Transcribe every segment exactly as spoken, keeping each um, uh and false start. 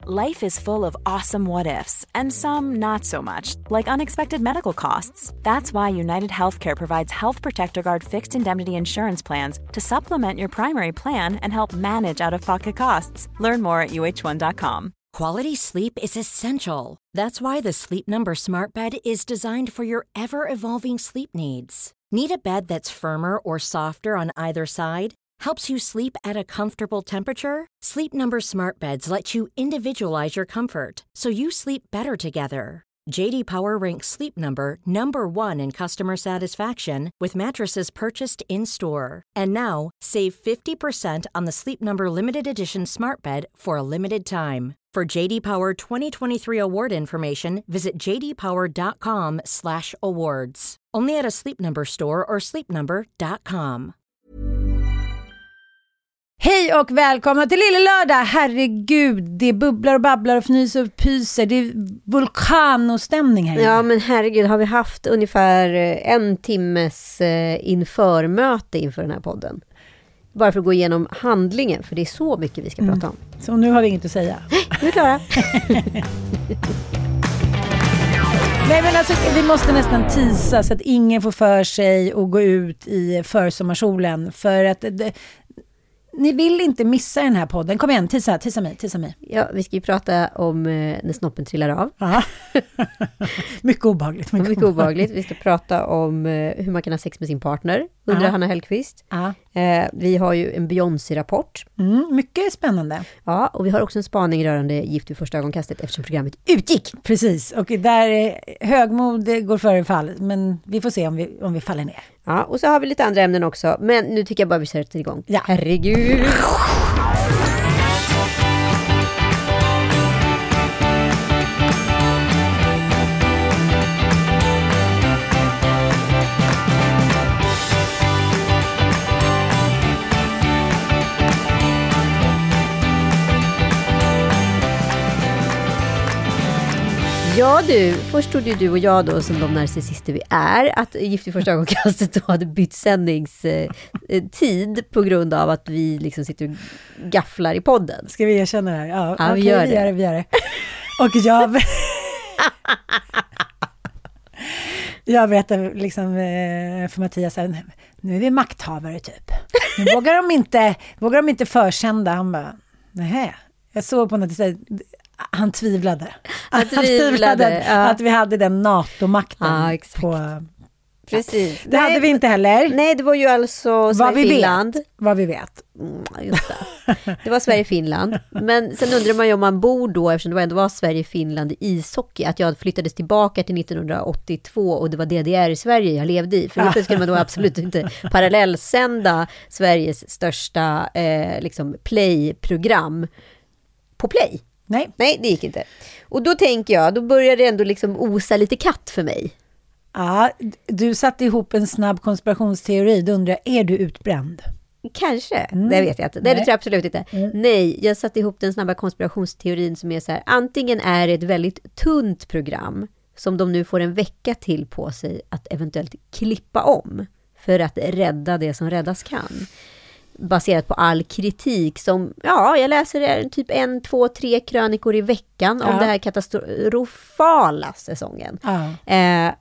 Life is full of awesome what-ifs, and some not so much, like unexpected medical costs. That's why United Healthcare provides Health Protector Guard fixed indemnity insurance plans to supplement your primary plan and help manage out-of-pocket costs. Learn more at U H one dot com. Quality sleep is essential. That's why the Sleep Number Smart Bed is designed for your ever-evolving sleep needs. Need a bed that's firmer or softer on either side? Helps you sleep at a comfortable temperature? Sleep Number Smart Beds let you individualize your comfort, so you sleep better together. J D Power ranks Sleep Number number one in customer satisfaction with mattresses purchased in-store. And now, save fifty percent on the Sleep Number Limited Edition Smart Bed for a limited time. For J D Power twenty twenty-three award information, visit j d power dot com slash awards. Only at a Sleep Number store or sleep number dot com. Hej och välkomna till Lille Lördag. Herregud, det bubblar och babblar och fnys och pyser. Det är vulkanostämning här. Ja, men herregud, har vi haft ungefär en timmes införmöte inför den här podden. Bara för att gå igenom handlingen, för det är så mycket vi ska prata om. Mm. Så nu har vi inget att säga. Nu är vi klara. Nej, men alltså, vi måste nästan tisa så att ingen får för sig och gå ut i försommarsolen. För att det, ni vill inte missa den här podden. Kom igen, tisa, tisa mig, tisa mig. Ja, vi ska ju prata om eh, när snoppen trillar av. Ja. Mycket obehagligt. Mycket, mycket obehagligt. Vi ska prata om eh, hur man kan ha sex med sin partner, undrar Hanna Hellqvist. Eh, vi har ju en Beyoncé-rapport. Mm, mycket spännande. Ja, och vi har också en spaning rörande Gift vid första ögonkastet eftersom programmet utgick. Precis, och där eh, högmod går före fall. Men vi får se om vi, om vi faller ner. Ja, och så har vi lite andra ämnen också. Men nu tycker jag bara vi sätter igång. Ja. Herregud! Ja du, först trodde ju du och jag då som de narcissister vi är att Gift i första ögonkastet då hade bytt sändningstid eh, på grund av att vi liksom sitter och gafflar i podden. Ska vi erkänna det här? Ja, ja okay, vi, gör vi det. gör det. Vi gör det. Och jag... jag berättade liksom för Mattias här, nu är vi makthavare typ. Nu vågar de inte, vågar de inte försända. Han bara, nej. Jag såg på något sätt. Han tvivlade. Han tvivlade, Han tvivlade ja. att vi hade den NATO-makten. Ja, exakt. På... Precis. Det nej, hade vi inte heller. Nej, det var ju alltså Sverige-Finland. Vad vi vet. Mm, just det. Det var Sverige-Finland. Men sen undrar man ju om man bor då, eftersom det ändå var Sverige-Finland i ishockey, att jag flyttades tillbaka till nittonhundraåttiotvå och det var D D R i Sverige jag levde i. För då skulle man då absolut inte parallellsända Sveriges största eh, liksom play-program på play. Nej. Nej, det gick inte. Och då tänker jag, då börjar det ändå liksom osa lite katt för mig. Ja, du satte ihop en snabb konspirationsteori. Då undrar jag, är du utbränd? Kanske, Mm. det vet jag inte. Nej, det tror jag absolut inte. Mm. Nej, jag satte ihop den snabba konspirationsteorin som är så här, antingen är det ett väldigt tunt program som de nu får en vecka till på sig att eventuellt klippa om för att rädda det som räddas kan. Baserat på all kritik som, ja, jag läser typ en, två, tre krönikor i veckan om ja. det här katastrofala säsongen. Ja. Eh,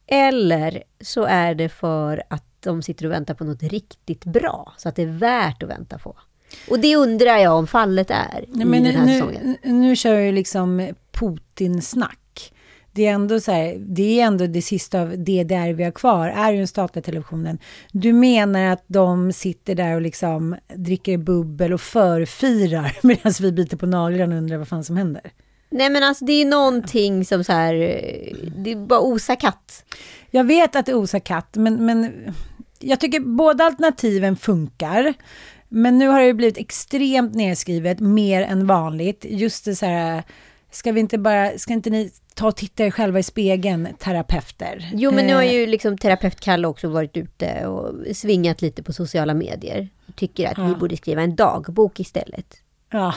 eller så är det för att de sitter och väntar på något riktigt bra, så att det är värt att vänta på. Och det undrar jag om fallet är. Nej, men i den här nu, säsongen. Nu kör ju liksom Putin-snack. Det är ändå så här, det är ändå det sista av det där vi har kvar, är ju den statliga televisionen. Du menar att de sitter där och liksom dricker bubbel och förfirar medan vi biter på naglarna och undrar vad fan som händer? Nej, men alltså det är någonting som så här, det är bara osa katt. Jag vet att det är osa katt, men, men jag tycker båda alternativen funkar. Men nu har det ju blivit extremt nedskrivet, mer än vanligt. Just det så här, ska vi inte bara, ska inte ni ta och titta er själva i spegeln, terapeuter? Jo, men nu har ju liksom terapeut Kalle också varit ute och svingat lite på sociala medier. Tycker att ja. vi borde skriva en dagbok istället. Ja.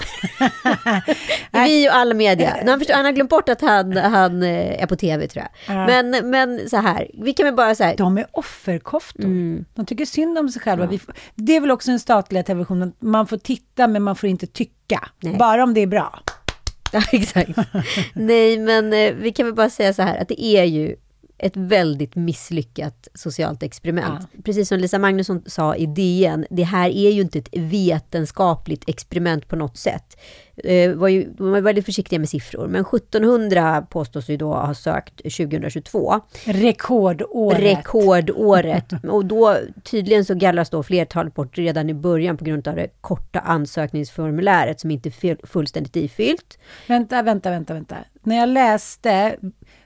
Vi och alla media. Han, förstår, han har glömt bort att han, han är på tv, tror jag. Ja. Men, men så här, vi kan väl bara så här. De är offerkoftor. Mm. De tycker synd om sig själva. Ja. Vi, det är väl också en statliga televisionen. Man får titta, men man får inte tycka. Nej. Bara om det är bra. Ja, exakt. Nej, men eh, vi kan väl bara säga så här att det är ju ett väldigt misslyckat socialt experiment. Ja. Precis som Lisa Magnusson sa i D N, det här är ju inte ett vetenskapligt experiment på något sätt. Eh, var ju, de var väldigt försiktiga med siffror, men sjuttonhundra påstås ju då ha sökt tjugohundratjugotvå. Rekordåret. Rekordåret. Och då tydligen så gallras då flertalet bort redan i början på grund av det korta ansökningsformuläret som inte är fullständigt ifyllt. Vänta, vänta, vänta, vänta. När jag läste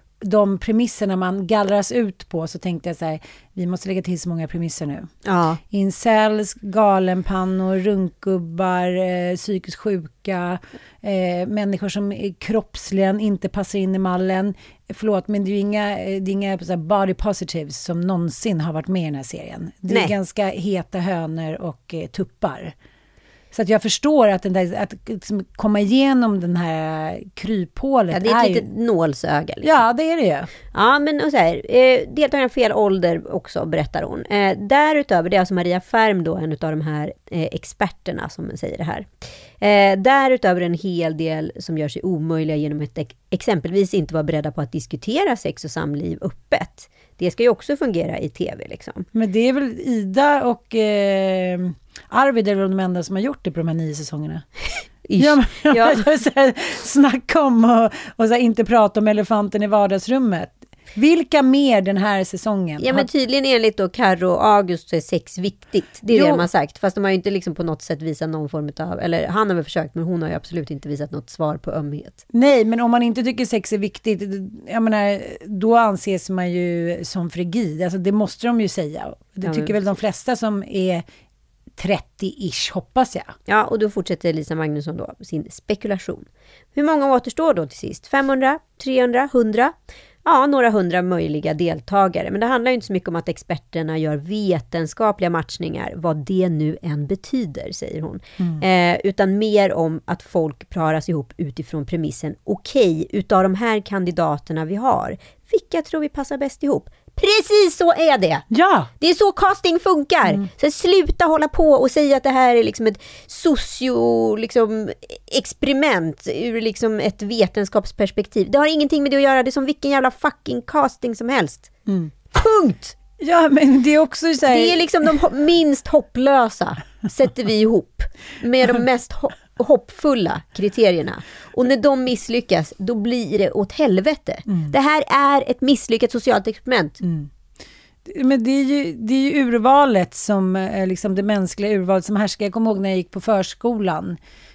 de premisserna man gallras ut på så tänkte jag så här, vi måste lägga till så många premisser nu. Ja. Incels, galenpannor, runkgubbar, eh, psykiskt sjuka, eh, människor som är kroppsligen inte passar in i mallen. Förlåt, men det är ju inga, det är inga så här body positives som någonsin har varit med i den här serien. Det är Nej. ganska heta hönor och eh, tuppar. Så att jag förstår att, den där, att liksom komma igenom den här kryphålet Ja, det är ett är litet ju... nålsöga. Liksom. Ja, det är det ju. Ja, men och så här, eh, deltagarna fel ålder också, berättar hon. Eh, därutöver, det är alltså Maria Färm då, en av de här eh, experterna som säger det här. Eh, därutöver en hel del som gör sig omöjliga genom att ex- exempelvis inte vara beredda på att diskutera sex och samliv öppet. Det ska ju också fungera i tv liksom. Men det är väl Ida och eh, Arvid är väl de enda som har gjort det på de här nio säsongerna. Ja, men, ja. Så här, snacka om och, och så här, inte prata om elefanten i vardagsrummet. Vilka mer den här säsongen? Ja, men tydligen enligt då Karo och August så är sex viktigt. Det är jo. det de har sagt. Fast de har ju inte liksom på något sätt visat någon form av, eller han har väl försökt, men hon har ju absolut inte visat något svar på ömhet. Nej, men om man inte tycker sex är viktigt, jag menar, då anses man ju som frigid. Alltså det måste de ju säga. Det ja, tycker men... väl de flesta som är trettio-ish, hoppas jag. Ja, och då fortsätter Lisa Magnusson då sin spekulation. Hur många återstår då till sist? femhundra, trehundra, hundra? Ja, några hundra möjliga deltagare. Men det handlar ju inte så mycket om att experterna gör vetenskapliga matchningar, vad det nu än betyder, säger hon. Mm. Eh, utan mer om att folk paras ihop utifrån premissen, okej, okay, utav de här kandidaterna vi har, vilka tror vi passar bäst ihop? Precis så är det. Ja. Det är så casting funkar. Mm. Så sluta hålla på och säga att det här är liksom ett socio liksom, experiment ur liksom ett vetenskapsperspektiv. Det har ingenting med det att göra. Det är som vilken jävla fucking casting som helst. Mm. Punkt! Ja, men det är också så här... Det är liksom de minst hopplösa sätter vi ihop med de mest ho- hoppfulla kriterierna. Och när de misslyckas, då blir det åt helvete. Mm. Det här är ett misslyckat socialt experiment. Mm. Men det är ju, det är ju urvalet som, liksom det mänskliga urvalet som härskar. Jag kommer ihåg när jag gick på förskolan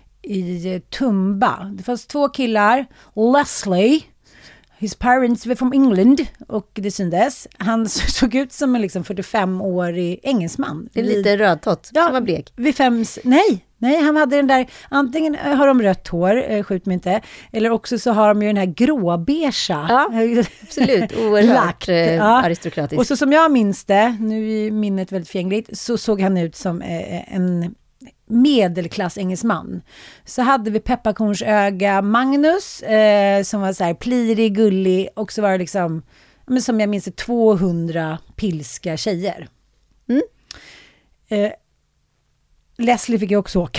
i Tumba. Det fanns två killar, Leslie, his parents were from England, och det syndes. Han såg ut som en liksom fyrtiofem-årig engelsman. En liten rödtott ja, som var blek. Vid fems, nej, nej, han hade den där, antingen har de rött hår, skjut mig inte, eller också så har de ju den här gråbeiga. Ja, absolut, oerhört eh, ja. aristokratiskt. Och så som jag minns det, nu är minnet väldigt fjängligt, så såg han ut som eh, en medelklass engelsman. Så hade vi pepparkornsöga Magnus eh, som var så här plirig, gullig, och så var det liksom, men som jag minns det, tvåhundra pilska tjejer. Mm. Eh, Leslie fick jag också åka.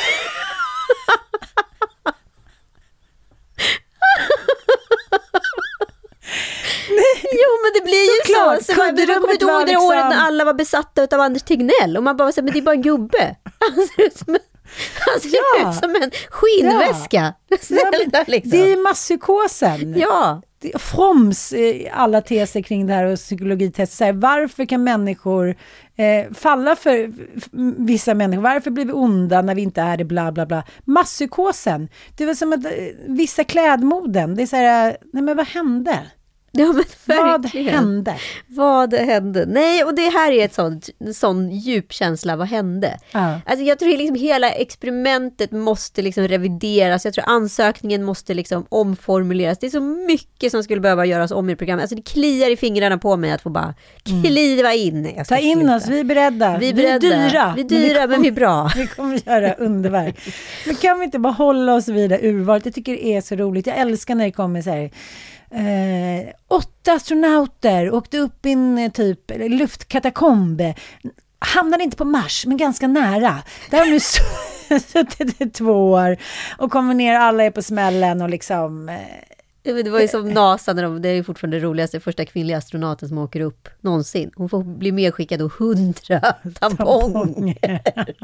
Jo, men det blir ju Såklart. så. så man, man kommer inte ihåg det liksom... året när alla var besatta av Anders Tegnell och man bara säger, men det är bara en gubbe. Han ser ut som en, han ser ja. ut som en skinnväska. Ja. Snälla, liksom. Det är masspsykosen. Ja. Froms alla teser kring det här och psykologitester. Varför kan människor eh, falla för vissa människor? Varför blir vi onda när vi inte är det? Bla bla bla. Masspsykosen. Det var som att eh, vissa klädmoden. Det är så här, nej men vad hände? Ja, men vad hände? Vad hände? Nej, och det här är ett sånt, en sån djup känsla, vad hände? Ja. Alltså jag tror liksom hela experimentet måste liksom revideras. Jag tror ansökningen måste liksom omformuleras. Det är så mycket som skulle behöva göras om i programmet. Alltså det kliar i fingrarna på mig att få bara kliva in. Jag Ta in sluta. oss, vi är beredda. Vi är, beredda. Vi är dyra. Vi är dyra, men vi, kom, men vi är bra. Vi kommer göra underverk. Men kan vi inte bara hålla oss vid det urvalet? Jag tycker det är så roligt. Jag älskar när det kommer så här... Eh, åtta astronauter åkte upp i en typ luftkatakomb, hamnade inte på Mars men ganska nära. Där har nu suttit i två år och kommer ner, alla är på smällen och liksom... Det var ju som NASA, när de, det är ju fortfarande det roligaste, första kvinnliga astronauten som åker upp någonsin. Hon får bli medskickad och hundra tamponger.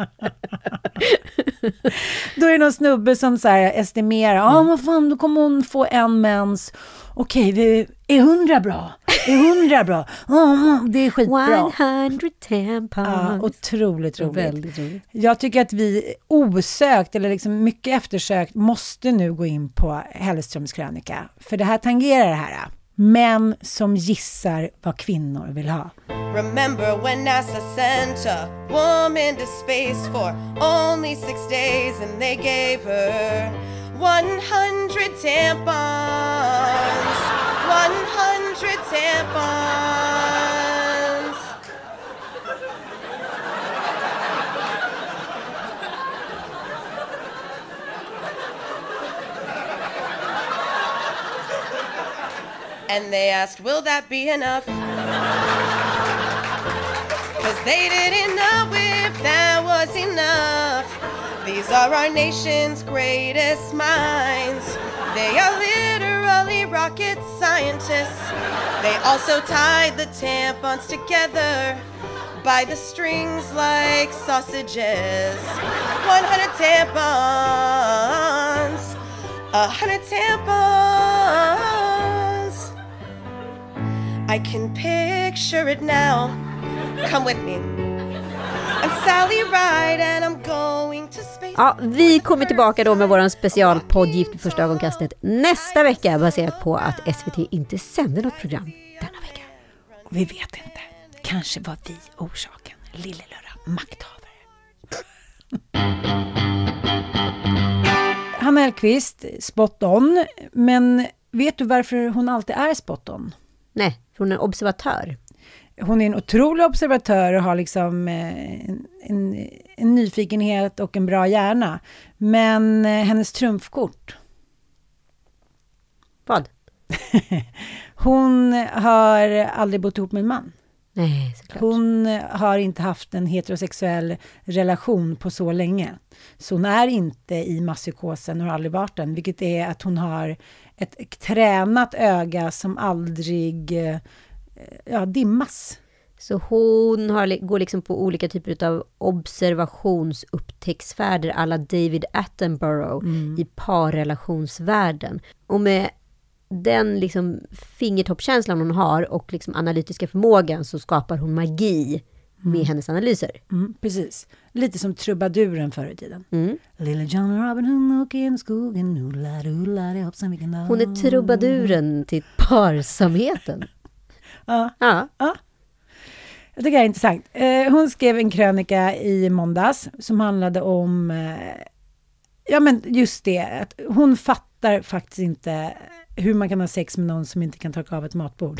Då är det någon snubbe som så här estimerar, ja mm. vad fan, då kommer hon få en mens. Okej, vi är hundra bra. Är hundra bra. Oh, det är skitbra. hundra tampons. Ja, otroligt roligt. Väldigt roligt. Jag tycker att vi osökt, eller liksom mycket eftersökt, måste nu gå in på Hellströms krönika. För det här tangerar det här. Män som gissar vad kvinnor vill ha. Remember when NASA sent a woman to space for only six days and they gave her one hundred tampons. one hundred tampons. And they asked, will that be enough? Cause they didn't know if that was enough. These are our nation's greatest minds. They are literally rocket scientists. They also tied the tampons together by the strings like sausages. one hundred tampons. A hundred tampons. I can picture it now. Come with me. I'm Sally Ride and I'm going to space. Ja, vi kommer tillbaka då med våran specialpodd Gift vid första ögonkastet nästa vecka, baserat på att S V T inte sänder något program denna vecka. Och vi vet inte. Kanske var vi orsaken. Lillelöra makthavare. Hanna Hellquist, spot on. Men vet du varför hon alltid är spot on? Nej, för hon är en observatör. Hon är en otrolig observatör och har liksom en, en, en nyfikenhet och en bra hjärna. Men hennes trumfkort. Vad? Hon har aldrig bott ihop med en man. Nej, såklart. Hon har inte haft en heterosexuell relation på så länge. Så hon är inte i masspsykosen och har aldrig varit den. Vilket är att hon har ett tränat öga som aldrig ja, dimmas. Så hon har, går liksom på olika typer av observationsupptäcktsfärder alla David Attenborough mm. i parrelationsvärlden. Och med den liksom fingertoppkänslan hon har och liksom analytiska förmågan så skapar hon magi med mm. hennes analyser. Mm, precis. Lite som trubaduren förr i tiden. Mm. Lilla John Robin hon åker in i skogen. Ulla, ulla, det hoppsan, vilken dag. Hon är trubaduren till parsamheten. Ja. Ja. Ja. Jag tycker det är intressant. Eh, hon skrev en krönika i måndags som handlade om eh, ja men just det, att hon fattar faktiskt inte hur man kan ha sex med någon som inte kan torka av ett matbord.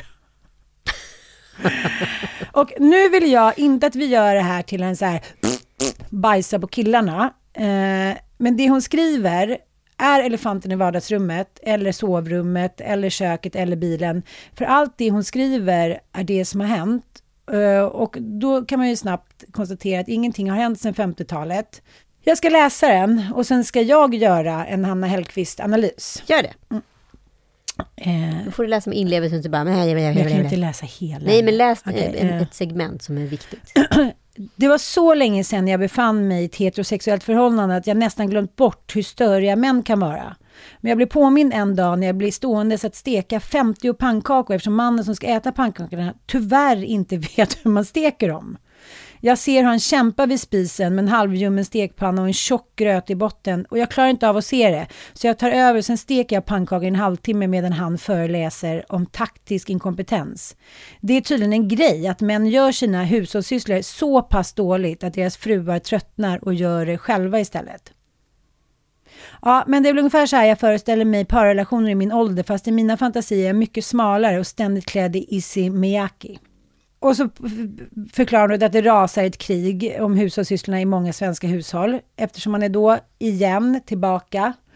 Och nu vill jag inte att vi gör det här till en så här bajsa på killarna. Eh, men det hon skriver är elefanten i vardagsrummet eller sovrummet eller köket eller bilen. För allt det hon skriver är det som har hänt. Uh, och då kan man ju snabbt konstatera att ingenting har hänt sedan femtiotalet. Jag ska läsa den och sen ska jag göra en Hanna Hellquist-analys. Gör det. Mm. Uh, då får du läsa med inlevelsen och så bara... Men jag, jag, jag kan inte läsa hela. Nej, men läs okay, en, uh. ett segment som är viktigt. Det var så länge sedan jag befann mig i ett heterosexuellt förhållande att jag nästan glömt bort hur störiga män kan vara. Men jag blev påmind en dag när jag blev stående så att steka femtio pannkakor eftersom mannen som ska äta pannkakorna tyvärr inte vet hur man steker dem. Jag ser hur han kämpar vid spisen med en halvljummen stekpanna och en tjock gröt i botten och jag klarar inte av att se det. Så jag tar över och sen steker jag pannkakor i en halvtimme medan han föreläser om taktisk inkompetens. Det är tydligen en grej att män gör sina hushållssysslor så pass dåligt att deras fruar tröttnar och gör det själva istället. Ja, men det är väl ungefär så här jag föreställer mig parrelationer i min ålder fast i mina fantasier är mycket smalare och ständigt klädd i Issey Miyake. Och så förklarar hon att det rasar ett krig om hushållssysslorna i många svenska hushåll eftersom man är då igen tillbaka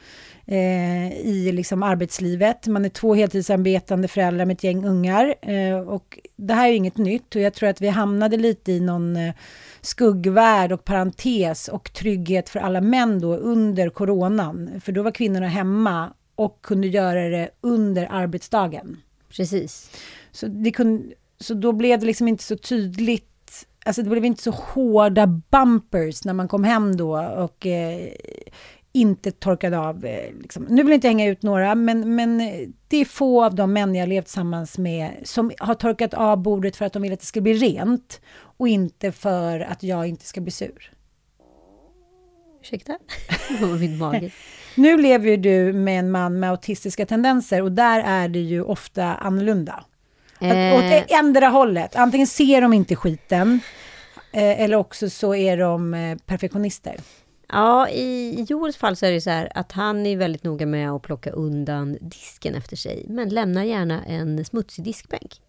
eh, i liksom arbetslivet. Man är två heltidsarbetande föräldrar med ett gäng ungar. Eh, och det här är inget nytt. Och jag tror att vi hamnade lite i någon eh, skuggvärld och parentes och trygghet för alla män då under coronan. För då var kvinnorna hemma och kunde göra det under arbetsdagen. Precis. Så, det kunde, så då blev det liksom inte så tydligt. Alltså det blev inte så hårda bumpers när man kom hem då och eh, inte torkade av. Eh, liksom. Nu vill jag inte hänga ut några, men, men det är få av de män jag levt tillsammans med som har torkat av bordet för att de vill att det ska bli rent och inte för att jag inte ska bli sur. Ursäkta? Det var min mage. Nu lever ju du med en man med autistiska tendenser och där är det ju ofta annorlunda. Att, åt ändra hållet. Antingen ser de inte skiten eh, eller också så är de eh, perfektionister. Ja, i Joels fall så är det så här att han är väldigt noga med att plocka undan disken efter sig. Men lämnar gärna en smutsig diskbänk.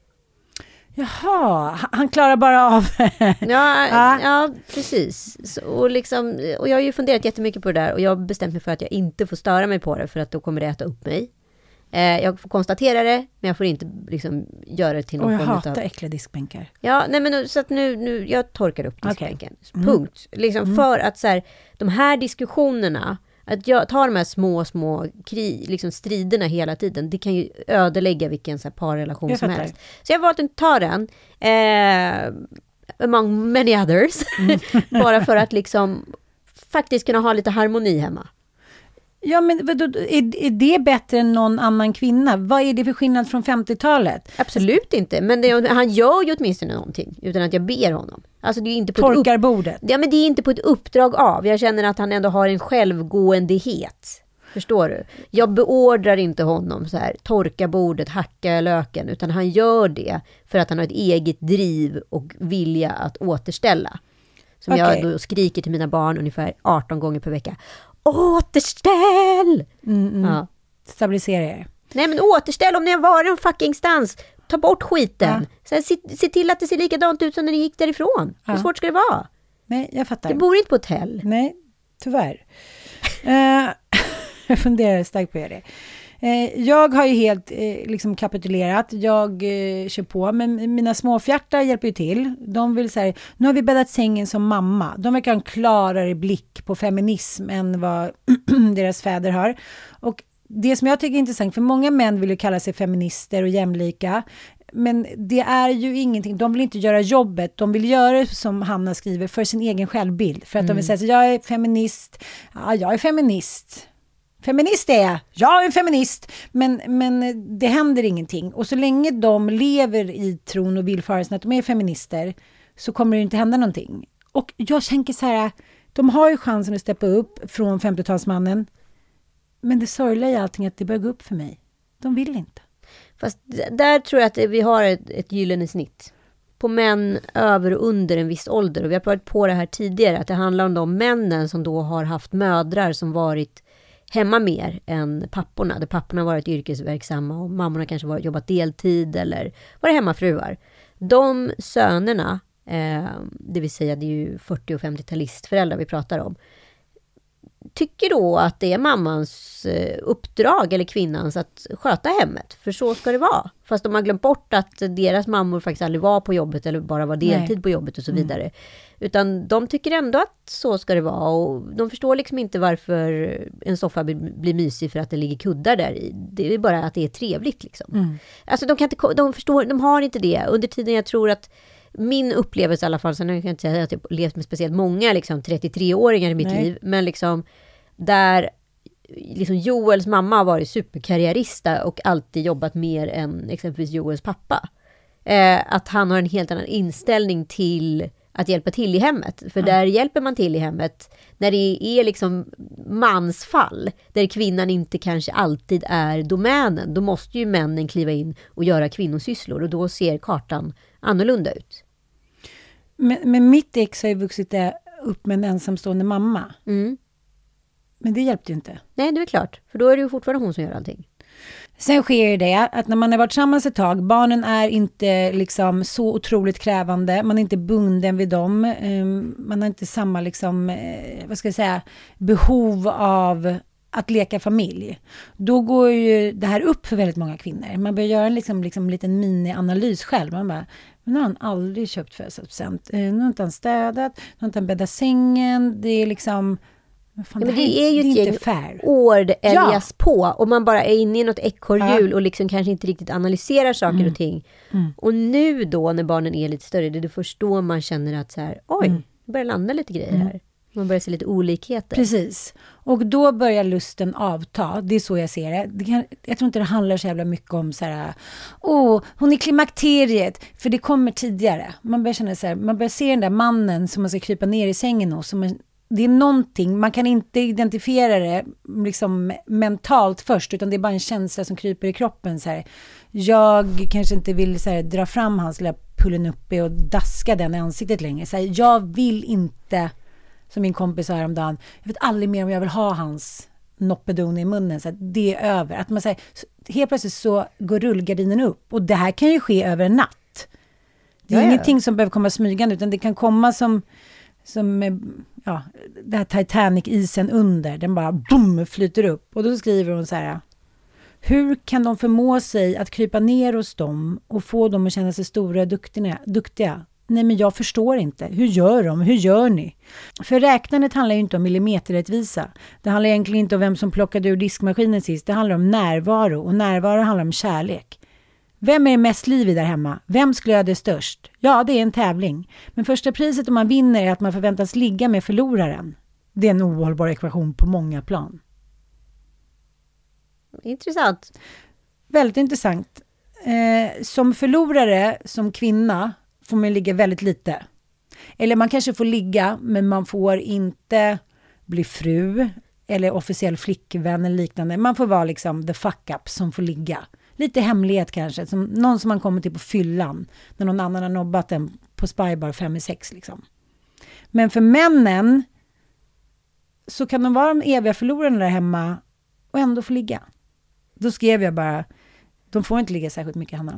Jaha, han klarar bara av... ja, ja, ja, precis. Så, och, liksom, och jag har ju funderat jättemycket på det där och jag har bestämt mig för att jag inte får störa mig på det för att då kommer det äta upp mig. Jag får konstatera det, men jag får inte liksom göra det till någon form av... Jag hatar äckliga diskbänkar. Ja, nej men så att nu, nu jag torkar upp diskbänken. Okay. Mm. Punkt. Liksom mm. för att så här, de här diskussionerna, att jag tar de här små, små krig, liksom striderna hela tiden, det kan ju ödelägga vilken så här parrelation jag som fattar. Helst. Så jag har valt att ta den, eh, among many others, mm. bara för att liksom faktiskt kunna ha lite harmoni hemma. Ja, men är, är det bättre än någon annan kvinna? Vad är det för skillnad från femtiotalet? Absolut inte, men det, han gör ju åtminstone någonting utan att jag ber honom. Alltså det är inte på torkar ett upp, bordet. Ja, men det är inte på ett uppdrag av. Jag känner att han ändå har en självgåendehet. Förstår du? Jag beordrar inte honom så här, torka bordet, hacka löken, utan han gör det för att han har ett eget driv och vilja att återställa. Som okay. jag då skriker till mina barn ungefär arton gånger per vecka. Återställ! Mm, mm. Ja. Stabilisera er. Nej, men återställ om ni har varit en fucking stans. Ta bort skiten. Ja. Så här, se, se till att det ser likadant ut som när ni gick därifrån. Ja. Hur svårt ska det vara? Nej, jag fattar. Du bor inte på hotell. Nej, tyvärr. uh, jag funderar starkt på det. Uh, jag har ju helt uh, liksom kapitulerat. Jag uh, kör på. Men mina småfjärtar hjälper ju till. De vill säga, nu har vi bäddat sängen som mamma. De verkar ha en klarare blick på feminism än vad deras fäder har. Och det som jag tycker är intressant, för många män vill ju kalla sig feminister och jämlika. Men det är ju ingenting, de vill inte göra jobbet, de vill göra det som Hanna skriver för sin egen självbild. För att mm. de vill säga så, jag är feminist, ja jag är feminist. Feminist är jag, jag är en feminist. Men, men det händer ingenting. Och så länge de lever i tron och villfarelsen att de är feminister så kommer det inte hända någonting. Och jag tänker så här, de har ju chansen att steppa upp från femtiotalsmannen. Men det sorgliga är allting att det börjar gå upp för mig. De vill inte. Fast där tror jag att vi har ett, ett gyllene snitt. På män över och under en viss ålder. Och vi har pratat på det här tidigare. Att det handlar om de männen som då har haft mödrar som varit hemma mer än papporna. Där papporna varit yrkesverksamma och mammorna kanske varit, jobbat deltid eller varit hemmafruar. De sönerna, eh, det vill säga det är ju fyrtio- och femtiotalistföräldrar vi pratar om. Tycker då att det är mammans uppdrag eller kvinnans att sköta hemmet. För så ska det vara. Fast de har glömt bort att deras mammor faktiskt aldrig var på jobbet eller bara var deltid Nej. På jobbet och så vidare. Mm. Utan de tycker ändå att så ska det vara. Och de förstår liksom inte varför en soffa blir mysig för att det ligger kuddar där i. Det är bara att det är trevligt liksom. Mm. Alltså de kan inte, de förstår, de har inte det. Under tiden jag tror att min upplevelse i alla fall, så nu kan jag inte säga att jag levt med speciellt många liksom trettiotre-åringar i mitt Nej. Liv, men liksom där liksom Joels mamma har varit superkarriärista och alltid jobbat mer än exempelvis Joels pappa. Eh, att han har en helt annan inställning till att hjälpa till i hemmet. För mm. där hjälper man till i hemmet när det är liksom mansfall, där kvinnan inte kanske alltid är domänen. Då måste ju männen kliva in och göra kvinnosysslor och då ser kartan annorlunda ut. Men, men mitt ex har ju vuxit upp med en ensamstående mamma. Mm. Men det hjälpte ju inte. Nej, det är klart. För då är det ju fortfarande hon som gör allting. Sen sker det att när man har varit tillsammans ett tag, barnen är inte liksom så otroligt krävande. Man är inte bunden vid dem. Man har inte samma liksom, vad ska jag säga, behov av att leka familj, då går ju det här upp för väldigt många kvinnor. Man börjar göra en liksom, liksom, liten mini-analys själv. Man bara, men nu har han aldrig köpt födelsedagspresent. Nu har inte han städat, nu har inte han bäddat sängen. Det är liksom... Fan, ja, men det, det, här, är ju det är ett inte fair. År det älgas ja. på. Och man bara är inne i något ekorrhjul ja. och liksom kanske inte riktigt analyserar saker mm. och ting. Mm. Och nu då när barnen är lite större, det är det först då man känner att så här, oj, mm. det börjar landa lite grejer här. Man börjar se lite olikheter. Precis. Och då börjar lusten avta. Det är så jag ser det. det kan, jag tror inte det handlar så jävla mycket om så här, åh, hon är klimakteriet. För det kommer tidigare. Man börjar känna så här, man börjar se den där mannen som man ska krypa ner i sängen hos. Som är, det är någonting, man kan inte identifiera det liksom mentalt först, utan det är bara en känsla som kryper i kroppen. Så här. Jag kanske inte vill så här, dra fram hans lilla pullen uppe och daska den i ansiktet längre. Så här, jag vill inte... Som min kompis sa häromdagen, jag vet aldrig mer om jag vill ha hans noppedon i munnen. Så att det är över. Att man säger, helt plötsligt så går rullgardinen upp. Och det här kan ju ske över en natt. Det är ja, ingenting ja. som behöver komma smygande, utan det kan komma som, som ja, det här Titanic-isen under. Den bara boom, flyter upp. Och då skriver hon så här, hur kan de förmå sig att krypa ner hos dem och få dem att känna sig stora och duktiga? duktiga? Nej, men jag förstår inte. Hur gör de? Hur gör ni? För räknandet handlar ju inte om millimeterrättvisa. Det handlar egentligen inte om vem som plockade ur diskmaskinen sist. Det handlar om närvaro. Och närvaro handlar om kärlek. Vem är det mest livig där hemma? Vem skulle göra det störst? Ja, det är en tävling. Men första priset om man vinner är att man förväntas ligga med förloraren. Det är en ohållbar ekvation på många plan. Intressant. Väldigt intressant. Eh, som förlorare, som kvinna... får man ligga väldigt lite. Eller man kanske får ligga, men man får inte bli fru eller officiell flickvän eller liknande. Man får vara liksom the fuck up som får ligga. Lite hemlighet kanske. Som någon som man kommer till på fyllan. När någon annan har nobbat den på Spybar fem i sex liksom. Men för männen så kan de vara de eviga förlorarna där hemma och ändå få ligga. Då skrev jag bara, de får inte ligga särskilt mycket, Hanna.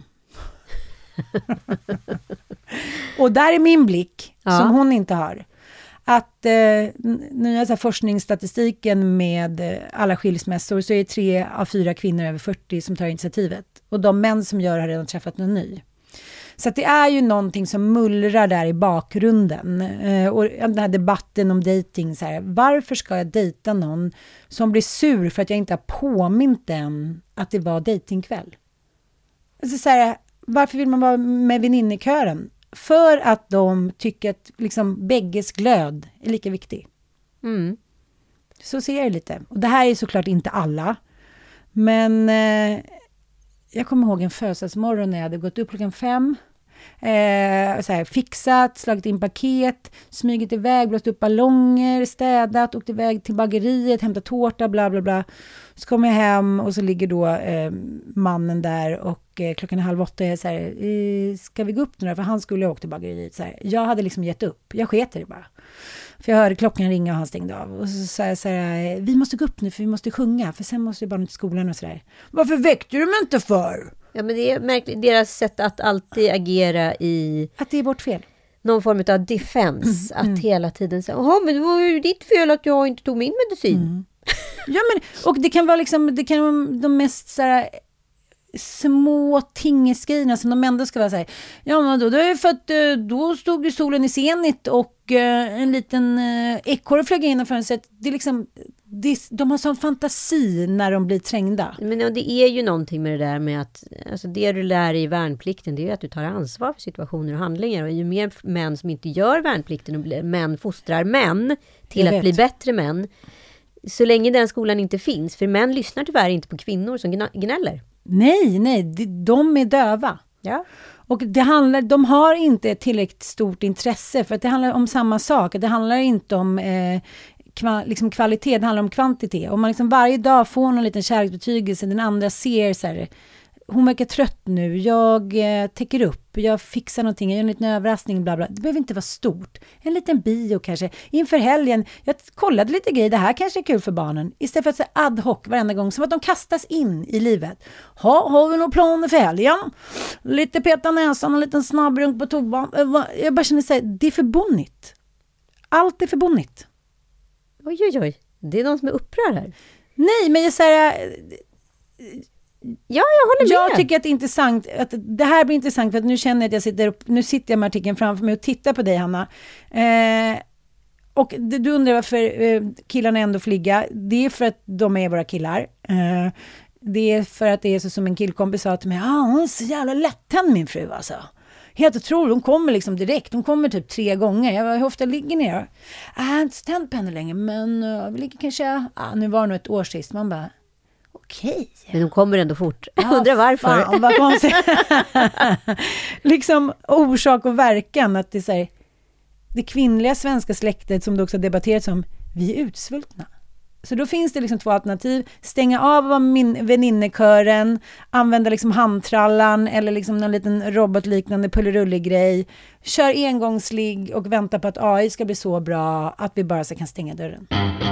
Och där är min blick, ja. Som hon inte har. Att eh, nya så här, forskningsstatistiken med eh, alla skilsmässor, så är det tre av fyra kvinnor över fyrtio som tar initiativet. Och de män som gör har redan träffat någon ny. Så att det är ju någonting som mullrar där i bakgrunden. Eh, och den här debatten om dating, så här, varför ska jag dejta någon som blir sur för att jag inte har påmint den att det var datingkväll? Alltså så här, varför vill man vara med väninnekören? För att de tycker att liksom bägges glöd är lika viktig. Mm. Så ser jag det lite. Och det här är såklart inte alla. Men eh, jag kommer ihåg en födelsedagsmorgon när jag hade gått upp klockan fem. Eh, så här, fixat, slagit in paket, smygit iväg, blåst upp ballonger, städat, åkt iväg till bageriet, hämtat tårta, bla bla bla. Så kommer jag hem och så ligger då eh, mannen där och eh, klockan är halv åtta och jag säger, eh, ska vi gå upp nu då? För han skulle åka till bageriet. Så här, jag hade liksom gett upp, jag sket det bara. För jag hörde klockan ringa och han stängde av. Och så sa jag så här, vi måste gå upp nu för vi måste sjunga. För sen måste vi bara till skolan och sådär. Varför väckte du mig inte för? Ja, men det är märkligt, deras sätt att alltid agera i... Att det är vårt fel. Någon form av defense. Mm, att mm. hela tiden säga, jaha, men det var ju ditt fel att jag inte tog min medicin. Mm. Ja, men, och det kan vara liksom, det kan vara de mest så här, små tingesgrejerna som de ändå ska vara så här, ja men då, då är det för att då stod ju solen i zenit och eh, en liten eh, ekorre flög in för fönstret. Det är liksom, det, de har sån fantasi när de blir trängda. Men ja, det är ju någonting med det där med att, alltså det du lär i värnplikten, det är ju att du tar ansvar för situationer och handlingar. Och ju mer män som inte gör värnplikten och blir, män fostrar män till att bli bättre män, så länge den skolan inte finns, för män lyssnar tyvärr inte på kvinnor som gnäller. Nej, nej, de är döva. Ja. Och det handlar, de har inte ett tillräckligt stort intresse, för att det handlar om samma sak. Det handlar inte om eh, kva, liksom kvalitet, det handlar om kvantitet. Om man liksom varje dag får någon liten kärleksbetygelse, den andra ser så här, hon verkar trött nu, jag eh, täcker upp, jag fixar någonting, jag gör en liten överraskning, bla bla. Det behöver inte vara stort. En liten bio kanske. Inför helgen, jag kollade lite grejer, det här kanske är kul för barnen. Istället för att säga ad hoc varenda gång, som att de kastas in i livet. Ha, har vi några planer för helgen? Lite peta näsan och en liten snabbrunk på toban. Jag bara känner så här, det är för bonnigt. Allt är för bonnigt. Oj, oj, oj. Det är någon som är upprörd här. Nej, men jag säger... Ja, jag håller med. Jag tycker att det är intressant, att det här blir intressant för att nu känner jag att jag sitter upp, nu sitter jag med artikeln framför mig och tittar på dig, Hanna. Eh, och du undrar varför eh, killarna ändå flyga. Det är för att de är våra killar. Eh, det är för att det är så som en killkompis sa till mig, ah, hon är så jävla lättänd min fru alltså. Helt otroligt, hon kommer liksom direkt. Hon kommer typ tre gånger. Jag var, hur ofta ligger ni då? Jag har inte tänt på henne länge, men uh, vi ligger kanske, ah, nu var det nog ett år sist. Man bara, okej. Okay. Men de kommer ändå fort. Jag ah, undrar varför. Fan, vad konstigt. Liksom orsak och verkan. Att det är så här, det kvinnliga svenska släktet som det också har debatterats om, vi är utsvultna. Så då finns det liksom två alternativ. Stänga av min väninnekören, använda liksom handtrallan eller liksom någon liten robotliknande pullerullig grej. Kör engångsligg och vänta på att A I ska bli så bra att vi bara så kan stänga dörren.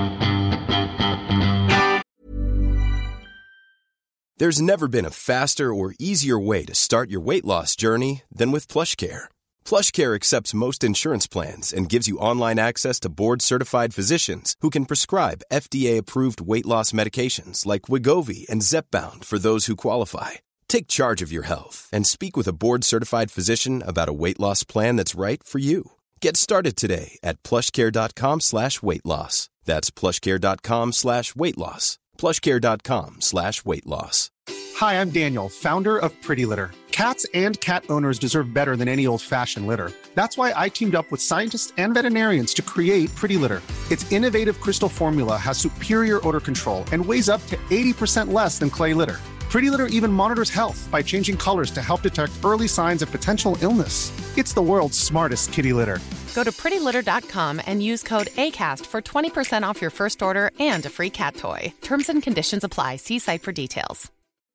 There's never been a faster or easier way to start your weight loss journey than with PlushCare. PlushCare accepts most insurance plans and gives you online access to board-certified physicians who can prescribe F D A-approved weight loss medications like Wegovy and Zepbound for those who qualify. Take charge of your health and speak with a board-certified physician about a weight loss plan that's right for you. Get started today at plushcare.com slash weight loss. That's plushcare.com slash weight loss. plushcare.com slash weight loss. Hi, I'm Daniel, founder of Pretty Litter. Cats and cat owners deserve better than any old-fashioned litter. That's why I teamed up with scientists and veterinarians to create Pretty Litter. Its innovative crystal formula has superior odor control and weighs up to eighty percent less than clay litter. Pretty Litter even monitors health by changing colors to help detect early signs of potential illness. It's the world's smartest kitty litter. Go to pretty litter dot com and use code ACAST for twenty percent off your first order and a free cat toy. Terms and conditions apply. See site for details.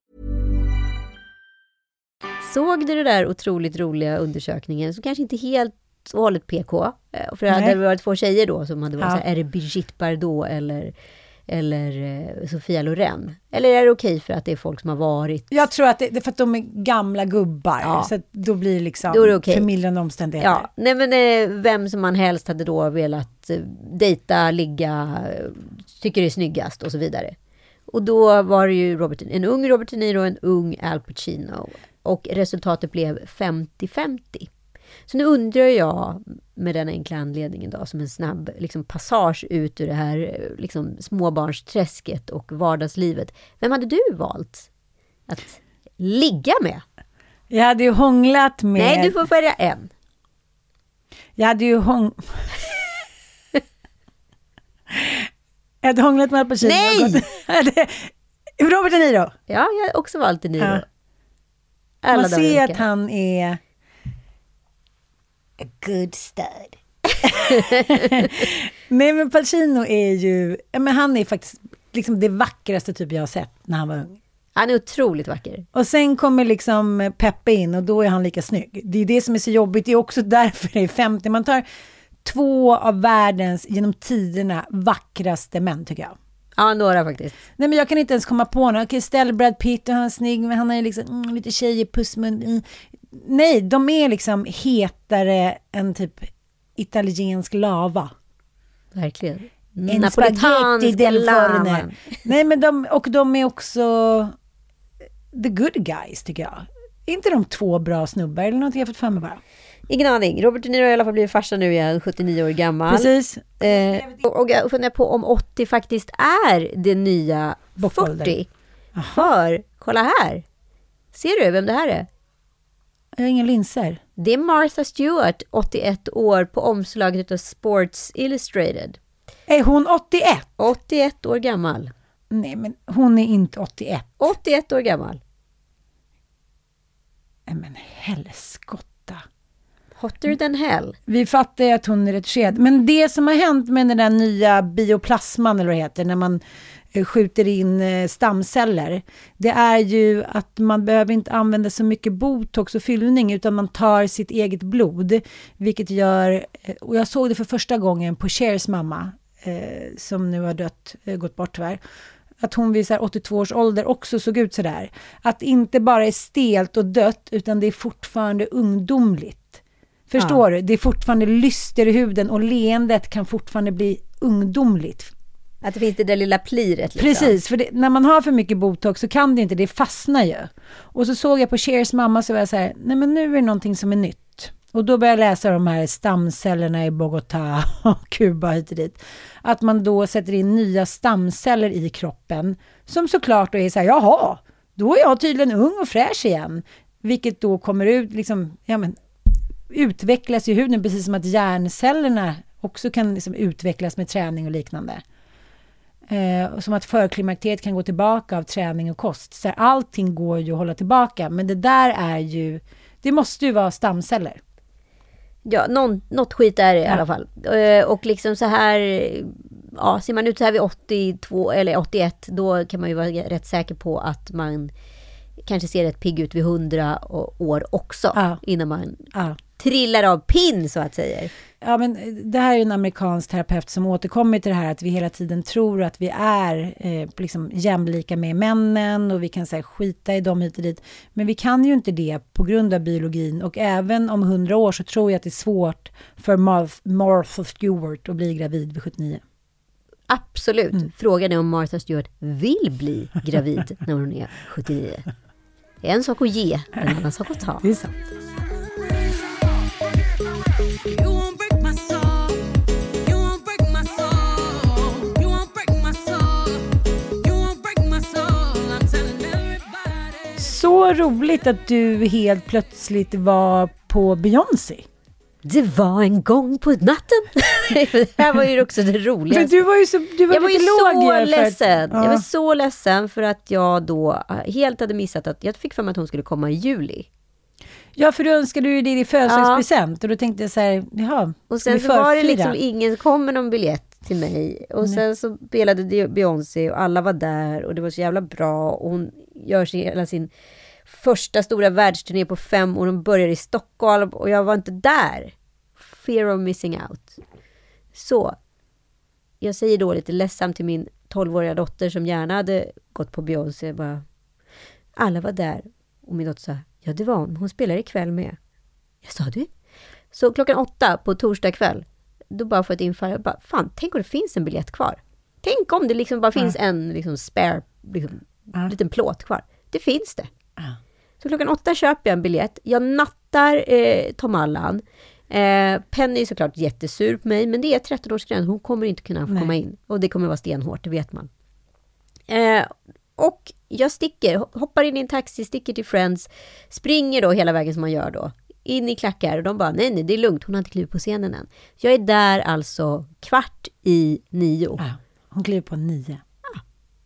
Såg du det där otroligt roliga undersökningen som kanske inte helt och hållet P K? För det hade varit två tjejer då som hade varit ja. så här, är det Brigitte Bardot eller, eller uh, Sofia Loren? Eller är det okej för att det är folk som har varit? Jag tror att det, det är för att de är gamla gubbar. Ja. Så att då blir det liksom då är det okay. förmildrande omständigheter. Ja. Nej, men eh, vem som man helst hade då velat eh, dejta, ligga, tycker det är snyggast och så vidare. Och då var det ju Robert, en ung Robert De Niro och en ung Al Pacino. Och resultatet blev femtio femtio. Så nu undrar jag med den enkla anledningen då, som en snabb liksom, passage ut ur det här liksom, småbarnsträsket och vardagslivet. Vem hade du valt att ligga med? Jag hade ju hånglat med... Nej, du får välja en. Jag hade ju hång... jag hade hånglat med Al Pacino. Nej! Robert De Niro. Ja, jag har också valt De Niro. Ja. Alla man ser att han är a good stud. Nej, men Pacino är ju, men han är faktiskt liksom det vackraste typ jag har sett när han var ung. Han är otroligt vacker. Och sen kommer liksom Peppe in och då är han lika snygg. Det är det som är så jobbigt. Det är också därför det är femtio. Man tar två av världens genom tiderna vackraste män, tycker jag. Ja, några faktiskt. Nej, men jag kan inte ens komma på någon. Okej, ställ Brad Pitt och han är snygg, men han är liksom mm, lite tjejig pussmun. Mm. Nej, de är liksom hetare än typ italiensk lava. Verkligen. En napolitanska lava. Nej, men de, och de är också the good guys, tycker jag. Är inte de två bra snubbar eller något jag fått för mig bara? Ingen aning. Robert De Niro har i alla fall blivit farsa nu igen, sjuttionio år gammal. Precis. Eh, och jag funderar på om åttio faktiskt är det nya fyrtio. Aha. För, kolla här. Ser du vem det här är? Jag har inga linser. Det är Martha Stewart, åttioett år, på omslaget av Sports Illustrated. Är hon åttioett? åttioett år gammal. Nej, men hon är inte åttioett. åttioett år gammal. Nej, men helskotta. Hotter than hell. Vi fattar ju att hon är retuscherad. Men det som har hänt med den där nya bioplasman, eller vad det heter, när man skjuter in stamceller, det är ju att man behöver inte använda så mycket botox och fyllning, utan man tar sitt eget blod, vilket gör, och jag såg det för första gången på Chers mamma, eh, som nu har dött, eh, gått bort tyvärr, att hon vid så här åttiotvå års ålder också såg ut så där. Att inte bara är stelt och dött, utan det är fortfarande ungdomligt. Förstår ja. du? Det är fortfarande lyster i huden och leendet kan fortfarande bli ungdomligt. Att det finns det där lilla pliret. Liksom. Precis, för det, när man har för mycket botox så kan det inte, det fastnar ju. Och så såg jag på Chers mamma så var jag så här, nej men nu är det någonting som är nytt. Och då började jag läsa de här stamcellerna i Bogotá och Kuba hit och dit. Att man då sätter in nya stamceller i kroppen som såklart då är så här, jaha, då är jag tydligen ung och fräsch igen. Vilket då kommer ut, liksom, ja men, utvecklas i huden precis som att hjärncellerna också kan liksom utvecklas med träning och liknande. Eh, och som att förklimakteriet kan gå tillbaka av träning och kost. Så här, allting går ju att hålla tillbaka. Men det där är ju, det måste ju vara stamceller. Ja, någon, något skit är det i ja. alla fall. Eh, och liksom så här, ja, ser man ut så här vid åttiotvå eller åttioett, då kan man ju vara rätt säker på att man kanske ser rätt pigg ut vid hundra år också. Ja. Innan man ja. trillar av pinn, så att säga. Ja, men det här är ju en amerikansk terapeut som återkommer till det här att vi hela tiden tror att vi är eh, liksom jämlika med männen och vi kan säga skita i dem hit och dit. Men vi kan ju inte det på grund av biologin, och även om hundra år så tror jag att det är svårt för Martha Stewart att bli gravid vid sjuttionio. Absolut. Mm. Frågan är om Martha Stewart vill bli gravid när hon är sjuttionio. Det är en sak att ge, en annan sak att ta. Det är sant. Så roligt att du helt plötsligt var på Beyoncé. Det var en gång på natten. Det här var ju också det roliga. Men du var ju så, du var jag var ju så för ledsen. Att, ja. Jag var så ledsen för att jag då helt hade missat att jag fick för mig att hon skulle komma i juli. Ja, för då önskade du det i födelsedagspresent. Ja. Och då tänkte jag så här, jaha. Och sen så var det liksom ingen kom med någon biljett till mig. Och Nej. sen så spelade Beyoncé och alla var där. Och det var så jävla bra. Och hon gör sin, hela sin första stora världsturné på fem år. Hon börjar i Stockholm och jag var inte där. Fear of missing out. Så jag säger då lite ledsamt till min tolvåriga dotter som gärna hade gått på Beyoncé. Bara, alla var där. Och min dotter sa, ja det var hon. Hon spelar ikväll med. Jag sa du? Så klockan åtta på torsdag kväll. Då bara får ett infall. Jag bara, fan, tänk om det finns en biljett kvar. Tänk om det liksom bara finns ja. en liksom spare, liksom, ja. liten plåt kvar. Det finns det. Ja. Så klockan åtta köper jag en biljett. Jag nattar eh, Tom Allan. Eh, Penny är såklart jättesur på mig. Men det är tretton-årsgräns. Hon kommer inte kunna få komma in. Och det kommer vara stenhårt, det vet man. Eh, och jag sticker, hoppar in i en taxi, sticker till Friends. Springer då hela vägen som man gör då. In i klackar. Och de bara, nej nej, det är lugnt. Hon har inte klivit på scenen än. Jag är där alltså kvart i nio. Ja, hon kliver på nio. Ja.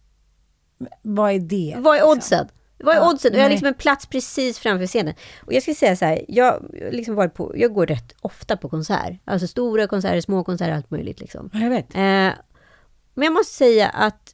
Vad är det? Vad är oddsen? Vad är ja, oddsen? Och jag har liksom en plats precis framför scenen. Och jag ska säga så här, jag liksom varit på, jag går rätt ofta på konsert. Alltså stora konserter, små konserter, allt möjligt liksom. Jag vet. Eh, men jag måste säga att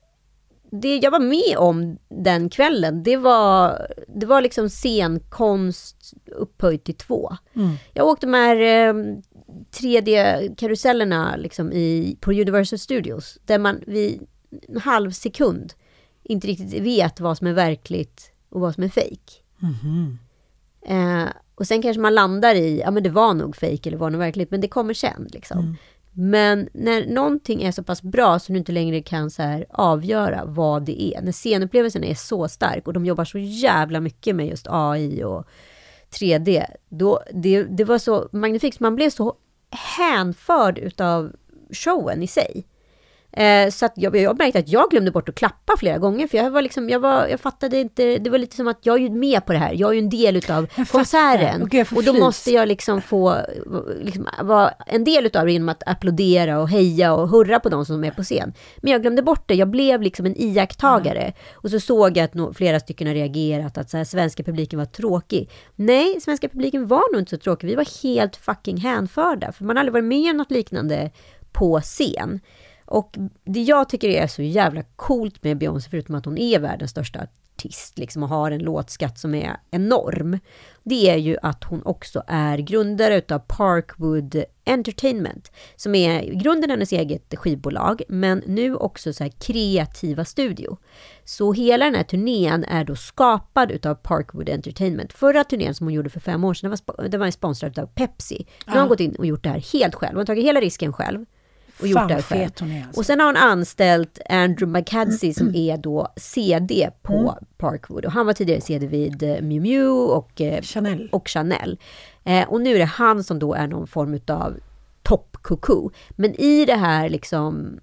det jag var med om den kvällen, det var det var liksom scenkonst upphöjt till två. Mm. Jag åkte de här eh, tre D-karusellerna liksom i, på Universal Studios, där man vid en halv sekund inte riktigt vet vad som är verkligt och vad som är fake. Mm-hmm. Eh, och sen kanske man landar i, ja men det var nog fake eller var nog verkligt, men det kommer sen liksom. Mm. Men när någonting är så pass bra så du inte längre kan så här avgöra vad det är. När scenupplevelsen är så stark och de jobbar så jävla mycket med just A I och tre D. Då, det, det var så magnifikt. Man blev så hänförd utav showen i sig. Eh, så att jag, jag märkte att jag glömde bort att klappa flera gånger. För jag var liksom, jag, var, jag fattade inte, det var lite som att jag är ju med på det här. Jag är ju en del utav konserten. Okay, och då måste jag liksom få liksom, vara en del utav det genom att applådera och heja och hurra på de som är på scen. Men jag glömde bort det. Jag blev liksom en iakttagare. Mm. Och så såg jag att no, flera stycken har reagerat att så här, svenska publiken var tråkig. Nej, svenska publiken var nog inte så tråkig. Vi var helt fucking hänförda. För man har aldrig varit med om något liknande på scen. Och det jag tycker är så jävla coolt med Beyoncé, förutom att hon är världens största artist liksom, och har en låtskatt som är enorm, det är ju att hon också är grundare utav Parkwood Entertainment, som är grunden hennes eget skivbolag, men nu också så här kreativa studio. Så hela den här turnén är då skapad utav Parkwood Entertainment. Förra turnén som hon gjorde för fem år sedan, den var, den var sponsrad av Pepsi. Nu har hon gått in och gjort det här helt själv. Hon har tagit hela risken själv. och gjort det här själv. Alltså. Och sen har hon anställt Andrew McCadsey som är då C D på mm. Parkwood. Och han var tidigare C D vid uh, Miu Miu och, uh, Chanel. Och Chanel. Eh, och nu är det han som då är någon form av topp-kuku. Men i det här liksom...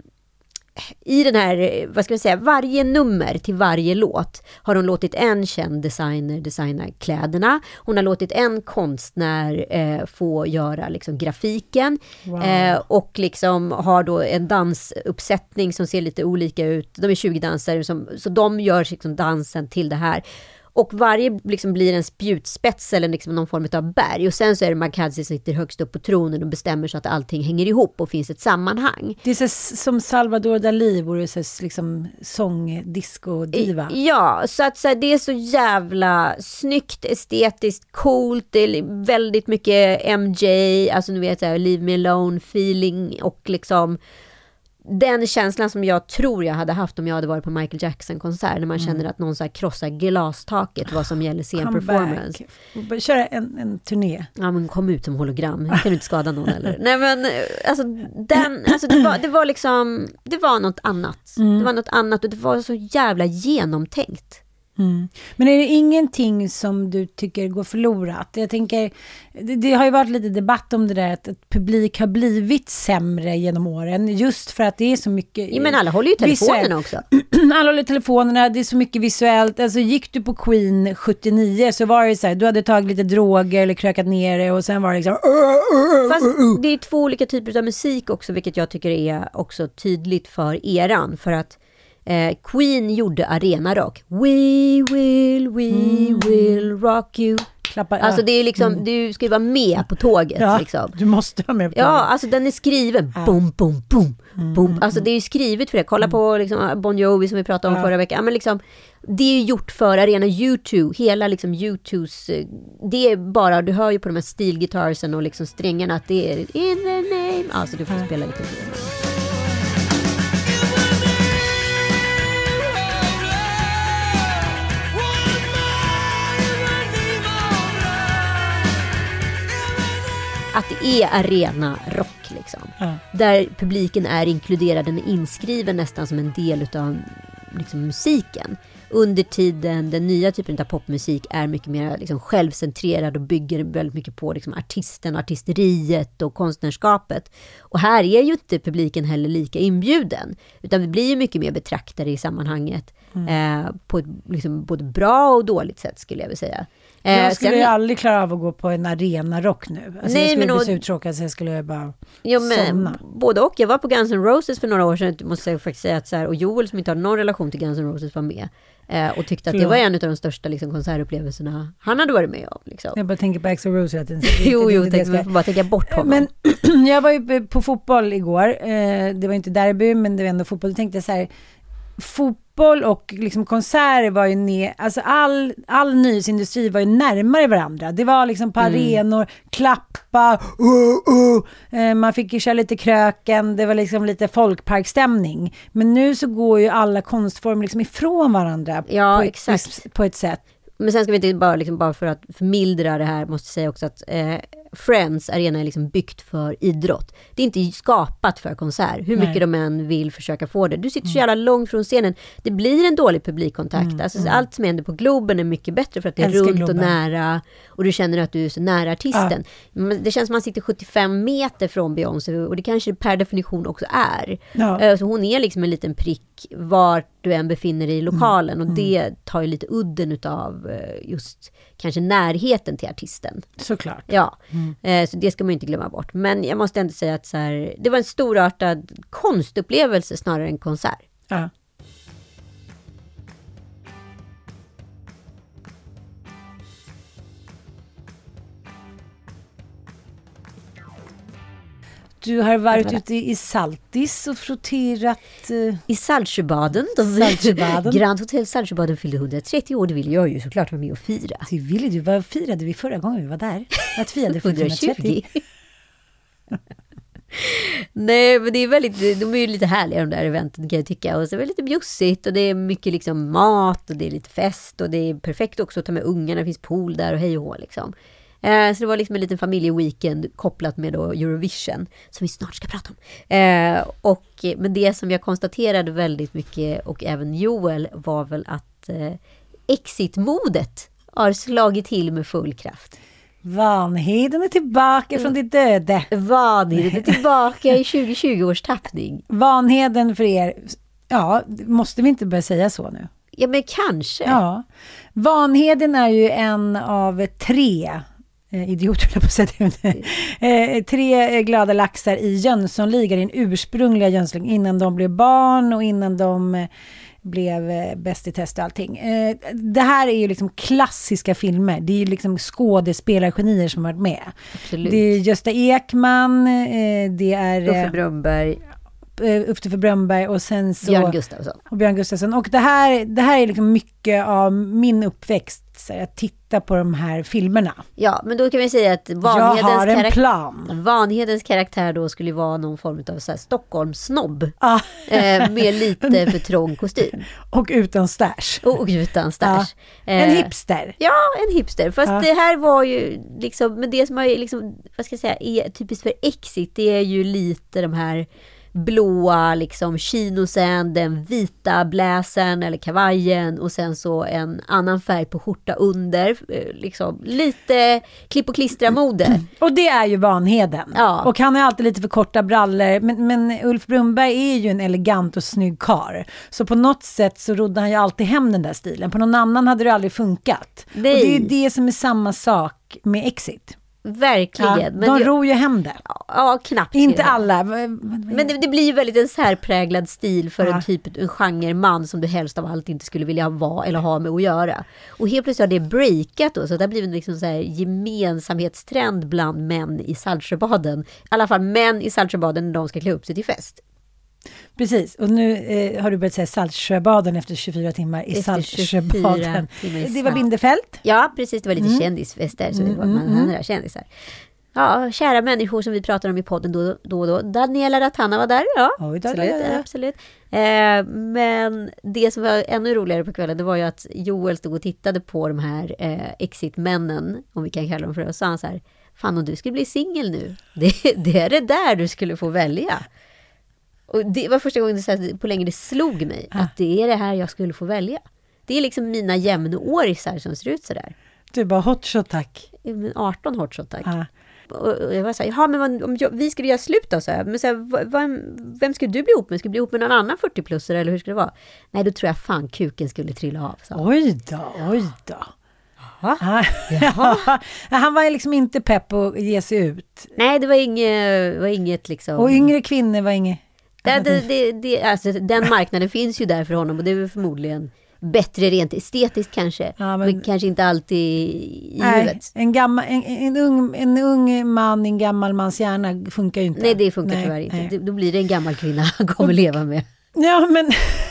I den här, vad ska jag säga, varje nummer till varje låt har hon låtit en känd designer designa kläderna. Hon har låtit en konstnär eh, få göra liksom grafiken. Wow. Eh, och liksom har då en dansuppsättning som ser lite olika ut. De är tjugo dansare, som, så de gör liksom dansen till det här. Och varje liksom blir en spjutspets eller liksom någon form av berg. Och sen så är det McCadsey som sitter högst upp på tronen och bestämmer så att allting hänger ihop och finns ett sammanhang. Det är så, som Salvador Dalí vore så liksom sång, disco, diva. Ja, så att så här, det är så jävla snyggt, estetiskt, coolt. Det är väldigt mycket M J, alltså nu vet jag, Leave Me Alone feeling och liksom... Den känslan som jag tror jag hade haft om jag hade varit på Michael Jackson-konsert när man mm. känner att någon så här krossar glastaket vad som gäller scen-performance. Köra en, en turné. Ja, men kom ut som hologram. Jag kan inte skada någon eller. Nej, men alltså, den, alltså det, var, det var liksom, det var något annat. Mm. Det var något annat och det var så jävla genomtänkt. Mm. Men är det ingenting som du tycker går förlorat? Jag tänker, det, det har ju varit lite debatt om det där att, att publik har blivit sämre genom åren just för att det är så mycket. Ja, men alla håller ju telefonerna visuellt. Också. Alla håller telefonerna, det är så mycket visuellt. Alltså gick du på Queen sjuttionio så var det så här, du hade tagit lite droger eller krökat ner det och sen var det liksom fast det är två olika typer av musik också, vilket jag tycker är också tydligt för eran, för att Eh, Queen gjorde arenarock. We will, we mm. will rock you. Klappar, alltså det är liksom, mm. du ska ju vara med på tåget. Ja, liksom. Du måste vara med på tåget. Ja, alltså den är skriven. Ja. Boom, boom, boom, mm. boom. Alltså det är ju skrivet för det. Kolla mm. på liksom Bon Jovi som vi pratade om ja. förra veckan. Men liksom, det är ju gjort för arena U två. Hela liksom U tvås, det är bara, du hör ju på de här stilgitarrsen och liksom strängarna att det är in the name. Alltså du får ja. spela lite mer. Att det är arena rock liksom. Ja. Där publiken är inkluderad, den är inskriven nästan som en del av liksom, musiken. Under tiden den nya typen av popmusik är mycket mer liksom, självcentrerad och bygger väldigt mycket på liksom, artisten, artisteriet och konstnärskapet. Och här är ju inte publiken heller lika inbjuden. Utan vi blir ju mycket mer betraktare i sammanhanget. Mm. Eh, på ett liksom, både bra och dåligt sätt skulle jag vilja säga. Jag skulle Sen, ju aldrig klara av att gå på en arena rock nu. Alltså nej, jag skulle men bli så uttråkad så jag skulle bara ja, men, somna. Både och. Jag var på Guns N' Roses för några år sedan. Måste jag faktiskt säga att så här, och Joel som inte har någon relation till Guns N' Roses var med. Eh, och tyckte att det var en av de största liksom, konsertupplevelserna han hade varit med om. Liksom. Jag bara tänker på Axl Rose. Att jo, jo, tänk, ska... bara tänka bort honom. Men jag var ju på fotboll igår. Eh, det var inte derby, men det var ändå fotboll. Jag tänkte så här, fotboll och liksom konserter var ju ner, alltså all, all nyhetsindustri var ju närmare varandra. Det var liksom på mm. arenor, klappa, uh, uh. Eh, man fick ju köra lite kröken, det var liksom lite folkparkstämning. Men nu så går ju alla konstformer liksom ifrån varandra ja, på, exakt. Ett, på ett sätt. Men sen ska vi inte bara, liksom, bara för att förmildra det här måste jag säga också att eh, Friends arena är liksom byggt för idrott. Det är inte skapat för konsert. Hur mycket Nej. de än vill försöka få det. Du sitter så jävla långt från scenen. Det blir en dålig publikkontakt. Mm, alltså, mm. Allt som händer på Globen är mycket bättre för att det är runt Globen. Och nära. Och du känner att du är så nära artisten. Ja. Det känns som att man sitter sjuttiofem meter från Beyoncé. Och det kanske per definition också är. Ja. Så hon är liksom en liten prick vart du än befinner dig i lokalen. Mm, och det mm. tar ju lite udden utav just kanske närheten till artisten. Såklart. Ja, mm. så det ska man ju inte glömma bort. Men jag måste ändå säga att så här, det var en storartad konstupplevelse snarare än konsert. Ja. Du har varit ute i Saltis och frotterat... Uh... I Saltsjöbaden. Saltsjöbaden. Grand Hotel Saltsjöbaden fyllde hundratrettio år. Det ville jag ju såklart vara med och fira. Det ville du. Vad firade vi förra gången vi var där? Att firade hundratjugo. Nej, men det är väldigt, de är ju lite härliga de där eventen kan jag tycka. Och så är det lite bjussigt och det är mycket liksom mat och det är lite fest och det är perfekt också att ta med ungarna. Det finns pool där och hej och hå liksom. Eh, så det var liksom en liten familjeweekend kopplat med då Eurovision, som vi snart ska prata om. Eh, och, men det som jag konstaterade väldigt mycket, och även Joel, var väl att eh, exit-modet har slagit till med full kraft. Vanheden är tillbaka från det döde. Vanheden är tillbaka i tjugo tjugo års tappning. Vanheden för er, ja, måste vi inte börja säga så nu? Ja, men kanske. Ja. Vanheden är ju en av tre eh, idioter på sätt eh, tre glada laxar i Jönssonligan, i den ursprungliga Jönssonligan, innan de blev barn och innan de eh, blev eh, bäst i test och allting. Eh, det här är ju liksom klassiska filmer. Det är ju liksom skådespelargenier som har varit med. Absolut. Det är Gösta Ekman, eh, det är Uffe Brunnberg. Uffe Brunnberg och sen så Björn Gustafsson. Och Björn Gustafsson. Och det här, det här är liksom mycket av min uppväxt, så att titta på de här filmerna. Ja, men då kan vi säga att jag har en karak- plan. Vanhedens karaktär då skulle vara någon form av så här Stockholmssnobb. Ah. eh, med lite för trång kostym. Och utan stash. Och, och utan stash. Ah. En eh, hipster. Ja, en hipster. Fast Ah. det här var ju liksom, men det som är liksom, vad ska jag säga, är typiskt för Exit, det är ju lite de här blåa liksom chinosen, den vita bläsern eller kavajen och sen så en annan färg på skjorta under, liksom lite klipp och klistra mode. Och det är ju Vanheden. Ja. Och han har alltid lite för korta brallor, men, men Ulf Brunnberg är ju en elegant och snygg karl. Så på något sätt så rodde han ju alltid hem den där stilen. På någon annan hade det aldrig funkat. Nej. Och det är ju det som är samma sak med Exit. Verkligen. Ja, men de jag, ror ju hem det. ja, knappt. Inte det. alla. Men det, det blir ju väldigt en särpräglad stil för Ja. en typ en genreman som du helst av allt inte skulle vilja vara eller ha med att göra. Och helt plötsligt har det breakat då, så det har blivit liksom så här gemensamhetstrend bland män i Saltsjöbaden. I alla fall män i Saltsjöbaden när de ska klä upp sig till fest. Precis, och nu eh, har du börjat säga Saltsjöbaden efter tjugofyra timmar i Efter Saltsjöbaden. timmar i Det var Salt- Bindefält. Ja, precis. Det var lite Mm. kändisfester, så Mm, det var man mm, andra kändisar. Ja, kära människor som vi pratar om i podden då, då och då. Daniela Ratana var där, ja. Oj, då, absolut, då, då, då. absolut. Eh, men det som var ännu roligare på kvällen, det var ju att Joel stod och tittade på de här eh, exit-männen, om vi kan kalla dem för det, och sa han så här: fan, om du skulle bli singel nu, det, det är det där du skulle få välja. Och det var första gången det, så här, på länge det slog mig Ah. att det är det här jag skulle få välja. Det är liksom mina jämnårisar som ser ut så där. Du bara hotshot, tack. Men arton hotshot, tack. Ah. Och jag var så här, ja, men man, om jag, vi skulle göra slut då, så här, men så här, vem, vem skulle du bli ihop med? Skulle du bli ihop med någon annan fyrtio-plussare, eller hur skulle det vara? Nej, då tror jag fan kuken skulle trilla av. Så. Oj då, oj då. Ja. Ah. Jaha. Han var ju liksom inte pepp att ge sig ut. Nej, det var inget, var inget liksom... Och yngre kvinnor var inget... Det, det, det, det, alltså, den marknaden finns ju där för honom, och det är väl förmodligen bättre rent estetiskt kanske, Ja, men, men- kanske inte alltid i Nej, huvudet. en, gammal, en, en, ung, en ung man i en gammal mans hjärna funkar ju inte. Nej, det funkar Nej, tyvärr inte. nej. Det, då blir det en gammal kvinna han kommer Och- leva med. Ja, men,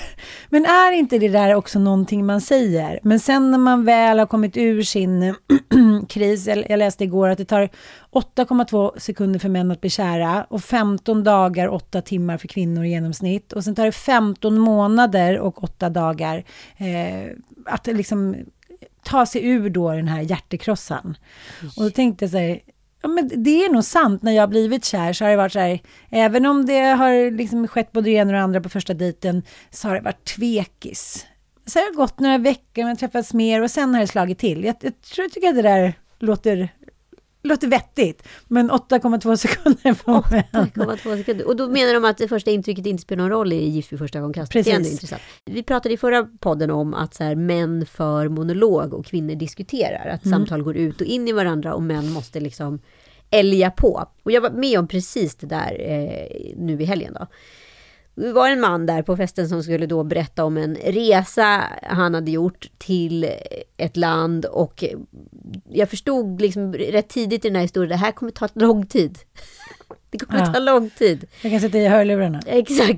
men är inte det där också någonting man säger? Men sen när man väl har kommit ur sin kris, jag jag läste igår att det tar åtta komma två sekunder för män att bli kära och femton dagar, åtta timmar för kvinnor i genomsnitt. Och sen tar det femton månader och åtta dagar eh, att liksom ta sig ur då den här hjärtekrossan. Och då tänkte jag så här, ja, men det är nog sant. När jag har blivit kär så har det varit så här, även om det har liksom skett både det ena och det andra på första dejten, så har det varit tvekis. Så har det gått några veckor, man träffats mer och sen har det slagit till. Jag, jag tror jag tycker att det där låter, låter vettigt. Men åtta komma två sekunder på mig. åtta komma två sekunder. Och då menar de att det första intrycket inte spelar någon roll i Gift vid första ögonkastet. Det är ändå Precis. intressant. Vi pratade i förra podden om att så här, män för monolog och kvinnor diskuterar. Att Mm. samtal går ut och in i varandra och män måste liksom älga på. Och jag var med om precis det där eh, nu i helgen då. Det var en man där på festen som skulle då berätta om en resa han hade gjort till ett land, och jag förstod liksom rätt tidigt i den här historien, det här kommer ta lång tid. Det kommer Ja. ta lång tid. Jag kan sätta i hörlurarna. Exakt.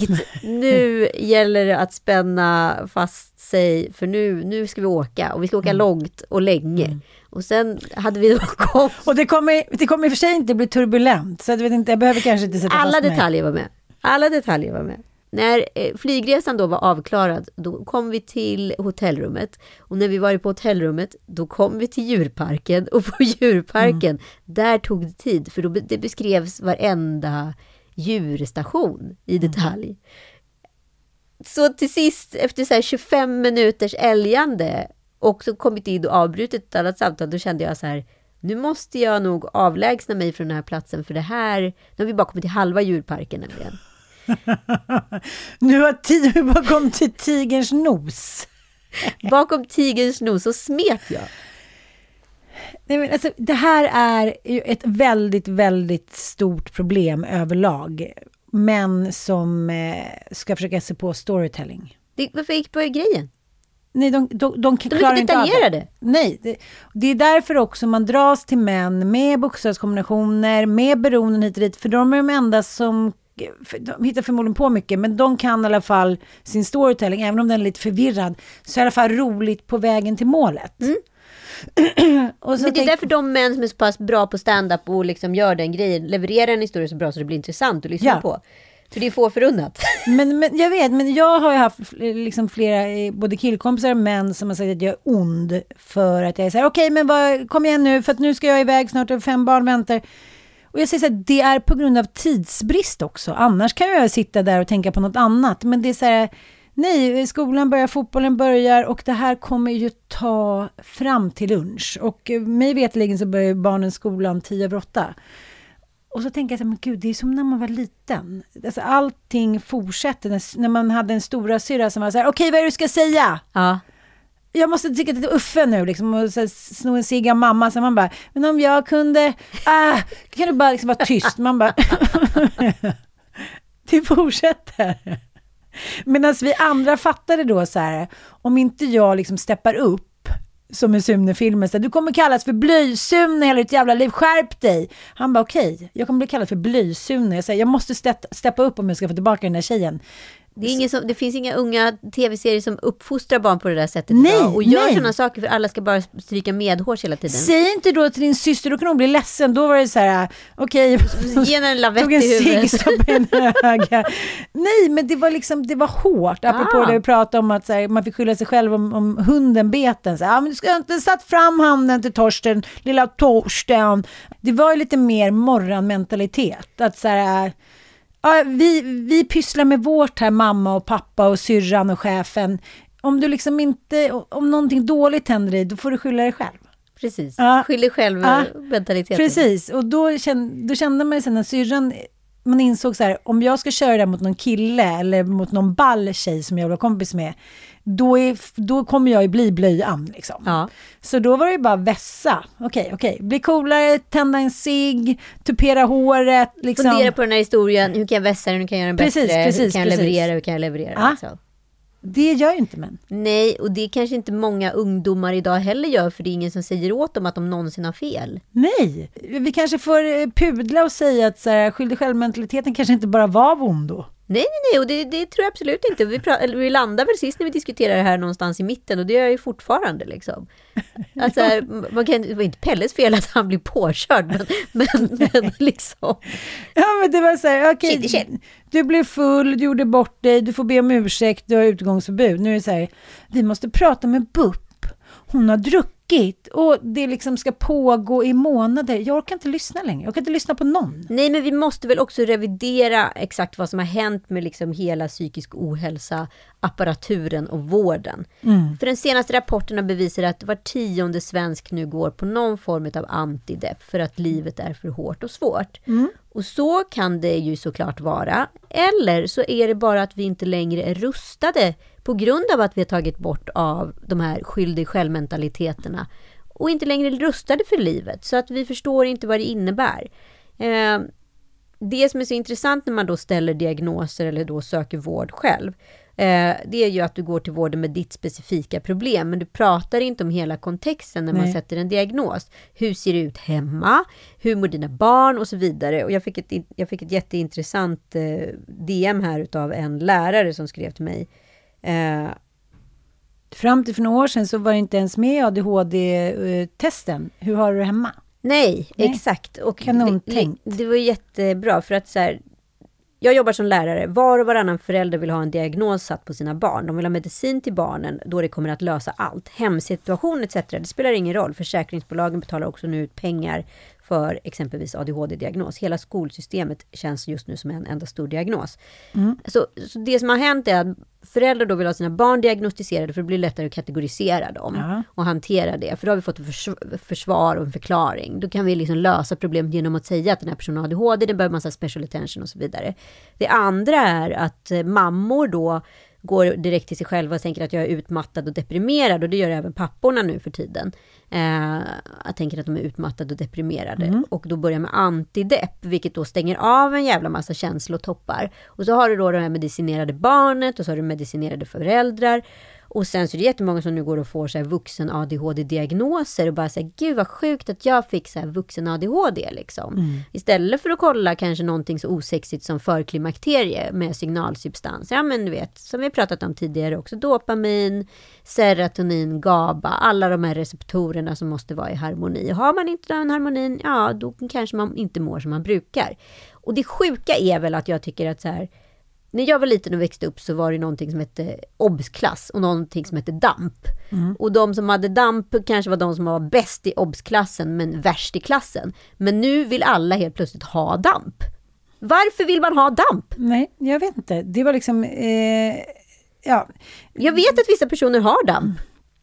Nu gäller det att spänna fast sig, för nu, nu ska vi åka, och vi ska åka Mm. långt och länge. Mm. Och sen hade vi då kommit. Och det kommer, det kommer i och för sig inte bli turbulent. Så jag vet inte, jag behöver kanske inte sätta Alla fast mig. detaljer var med. Alla detaljer var med. När eh, flygresan då var avklarad, då kom vi till hotellrummet. Och när vi var på hotellrummet, då kom vi till djurparken. Och på djurparken, mm. där tog det tid. För då be- det beskrevs varenda djurstation i detalj. Mm. Så till sist, efter så här tjugofem minuters älgande, och så kommit in och avbrutit ett annat samtal, då kände jag så här, nu måste jag nog avlägsna mig från den här platsen, för det här, nu har vi bara kommit till halva djurparken nämligen. Nu har tid, vi bara kommit till tigerns nos. Bakom tigerns nos så smet jag. Nej, men alltså, det här är ju ett väldigt, väldigt stort problem överlag. Män som eh, ska försöka se på storytelling. Det, varför gick på grejen? Nej, de, de, de, de är inte detaljerade. Nej, det, det är därför också man dras till män med bokstavskombinationer, med beroenden hit och dit. För de är de enda som de hittar förmodligen på mycket, men de kan i alla fall sin storytelling, även om den är lite förvirrad, så är det i alla fall roligt på vägen till målet. Mm. Och så men det är tänk... därför de män som är så pass bra på stand-up och liksom gör den grejen, levererar en historia så bra så det blir intressant att lyssna ja. på. För det är få förunnat. Men, men jag vet, men jag har ju haft liksom flera, både killkompisar och män som har sagt att jag är ond för att jag är så här, okej okay, men vad, kom igen nu, för att nu ska jag iväg snart och fem barn väntar. Och jag säger så här, det är på grund av tidsbrist också. Annars kan jag sitta där och tänka på något annat. Men det är så här, nej, skolan börjar, fotbollen börjar och det här kommer ju ta fram till lunch. Och mig vetligen så börjar barnen skolan tio över åtta. Och så tänker jag så här, men gud, det är som när man var liten. Alltså, allting fortsätter. När, när man hade en stora syra som var så här, okej, okay, vad är det du ska säga? Ja. Jag måste tycka till Uffe nu liksom, och så sno en cigg av mamma. Så man bara, men om jag kunde, ah, kan du bara liksom vara tyst? Man bara, det fortsätter. Medan vi andra fattade då så här, om inte jag liksom steppar upp som en Sune-filmen, så du kommer kallas för Blöjsune hela ditt jävla liv, skärp dig. Han bara, okej, okay, jag kommer bli kallad för Blöjsune. Jag säger, jag måste ste- steppa upp om jag ska få tillbaka den där tjejen. Det, är ingen som, det finns inga unga tv-serier som uppfostrar barn på det där sättet. Nej, och gör nej. sådana saker för alla ska bara stryka medhårs hela tiden. Säg inte då till din syster, då kan hon bli ledsen. Då var det så här, okej, okay, ge henne en lavett tog en i huvudet. Cigg, en öga. Nej, men det var liksom, det var hårt. Apropå ah. det vi pratade om att så här, man fick skylla sig själv om, om hunden beten. Så här, ah, men du ska inte satt fram handen till Torsten, lilla Torsten. Det var ju lite mer morgonmentalitet. Att så här, ja, vi, vi pysslar med vårt här, mamma och pappa och syrran och chefen. Om du liksom inte, om någonting dåligt händer dig, då får du skylla dig själv. Precis, ja. skyll dig själv ja. mentaliteten. Precis, och då kände, då kände man ju sen när syrran, man insåg så här, om jag ska köra det mot någon kille eller mot någon ball tjej som jag var kompis med, då, är, då kommer jag ju bli blöjan liksom. Ja. Så då var det ju bara vässa. Okej, okay, okej. Okay. Bli coolare, tända en cigg, tupera håret. Liksom. Fundera på den här historien. Hur kan jag vässa den? Hur kan jag göra den precis, bättre? Precis, hur kan jag precis. leverera? Hur kan jag leverera? Ja. Liksom. Det gör ju inte män. Nej, och det är kanske inte många ungdomar idag heller gör, för det är ingen som säger åt dem att de någonsin har fel. Nej, vi kanske får pudla och säga att så här, skyldig självmentaliteten kanske inte bara var vondo. Nej, nej, nej, och det, det tror jag absolut inte. Vi, pra- eller vi landar väl sist när vi diskuterar det här någonstans i mitten, och det gör jag ju fortfarande liksom. Alltså, man kan, det var inte Pelles fel att han blir påkörd, men, men, men liksom. Ja, men det var så här, okej, okay, du blev full, du gjorde bort dig, du får be om ursäkt, du har utgångsförbud. Nu är det så här, vi måste prata med B U P. Hon har druckit och det liksom ska pågå i månader. Jag orkar inte lyssna längre. Jag orkar inte lyssna på någon. Nej, men vi måste väl också revidera exakt vad som har hänt med liksom hela psykisk ohälsa, apparaturen och vården. Mm. För den senaste rapporten bevisar att var tionde svensk nu går på någon form av antidepp för att livet är för hårt och svårt. Mm. Och så kan det ju såklart vara. Eller så är det bara att vi inte längre är rustade på grund av att vi har tagit bort av de här skyldig självmentaliteterna och inte längre rustade för livet, så att vi förstår inte vad det innebär. Eh, det som är så intressant när man då ställer diagnoser eller då söker vård själv, eh, det är ju att du går till vården med ditt specifika problem, men du pratar inte om hela kontexten när Nej. Man sätter en diagnos. Hur ser det ut hemma? Hur mår dina barn? Och så vidare. Och jag fick ett, jag fick ett jätteintressant eh, D M här utav en lärare som skrev till mig. Eh, Fram till för några år sedan så var det inte ens med A D H D-testen. Hur har du det hemma? Nej, Nej. exakt. Och Kanontänkt. Det, det var jättebra för att så här, jag jobbar som lärare. Var och varannan förälder vill ha en diagnos satt på sina barn. De vill ha medicin till barnen då det kommer att lösa allt. Hemsituation et cetera. Det spelar ingen roll. Försäkringsbolagen betalar också nu ut pengar för exempelvis A D H D-diagnos. Hela skolsystemet känns just nu som en enda stor diagnos. Mm. Så, så det som har hänt är att föräldrar då vill ha sina barn diagnostiserade för det blir lättare att kategorisera dem ja. och hantera det. För då har vi fått ett förs- försvar och en förklaring. Då kan vi liksom lösa problemet genom att säga att den här personen har A D H D, det behöver massa special attention och så vidare. Det andra är att mammor då går direkt till sig själva och tänker att jag är utmattad och deprimerad. Och det gör även papporna nu för tiden. Eh, jag tänker att de är utmattade och deprimerade. Mm. Och då börjar med antidepp, vilket då stänger av en jävla massa känslotoppar. Och så har du då det här medicinerade barnet och så har du medicinerade föräldrar. Och sen så är det jättemånga som nu går och får så här vuxen A D H D-diagnoser och bara säger, gud vad sjukt att jag fick så här vuxen A D H D liksom. Mm. Istället för att kolla kanske någonting så osexigt som förklimakterie med signalsubstans. Ja men du vet, som vi pratat om tidigare också, dopamin, serotonin, GABA, alla de här receptorerna som måste vara i harmoni. Har man inte den harmonin, ja då kanske man inte mår som man brukar. Och det sjuka är väl att jag tycker att så här, när jag var liten och växte upp så var det någonting som hette obsklass och någonting som hette damp. Mm. Och de som hade damp kanske var de som var bäst i obsklassen men värst i klassen. Men nu vill alla helt plötsligt ha damp. Varför vill man ha damp? Nej, jag vet inte. Det var liksom... Eh, ja. Jag vet att vissa personer har damp.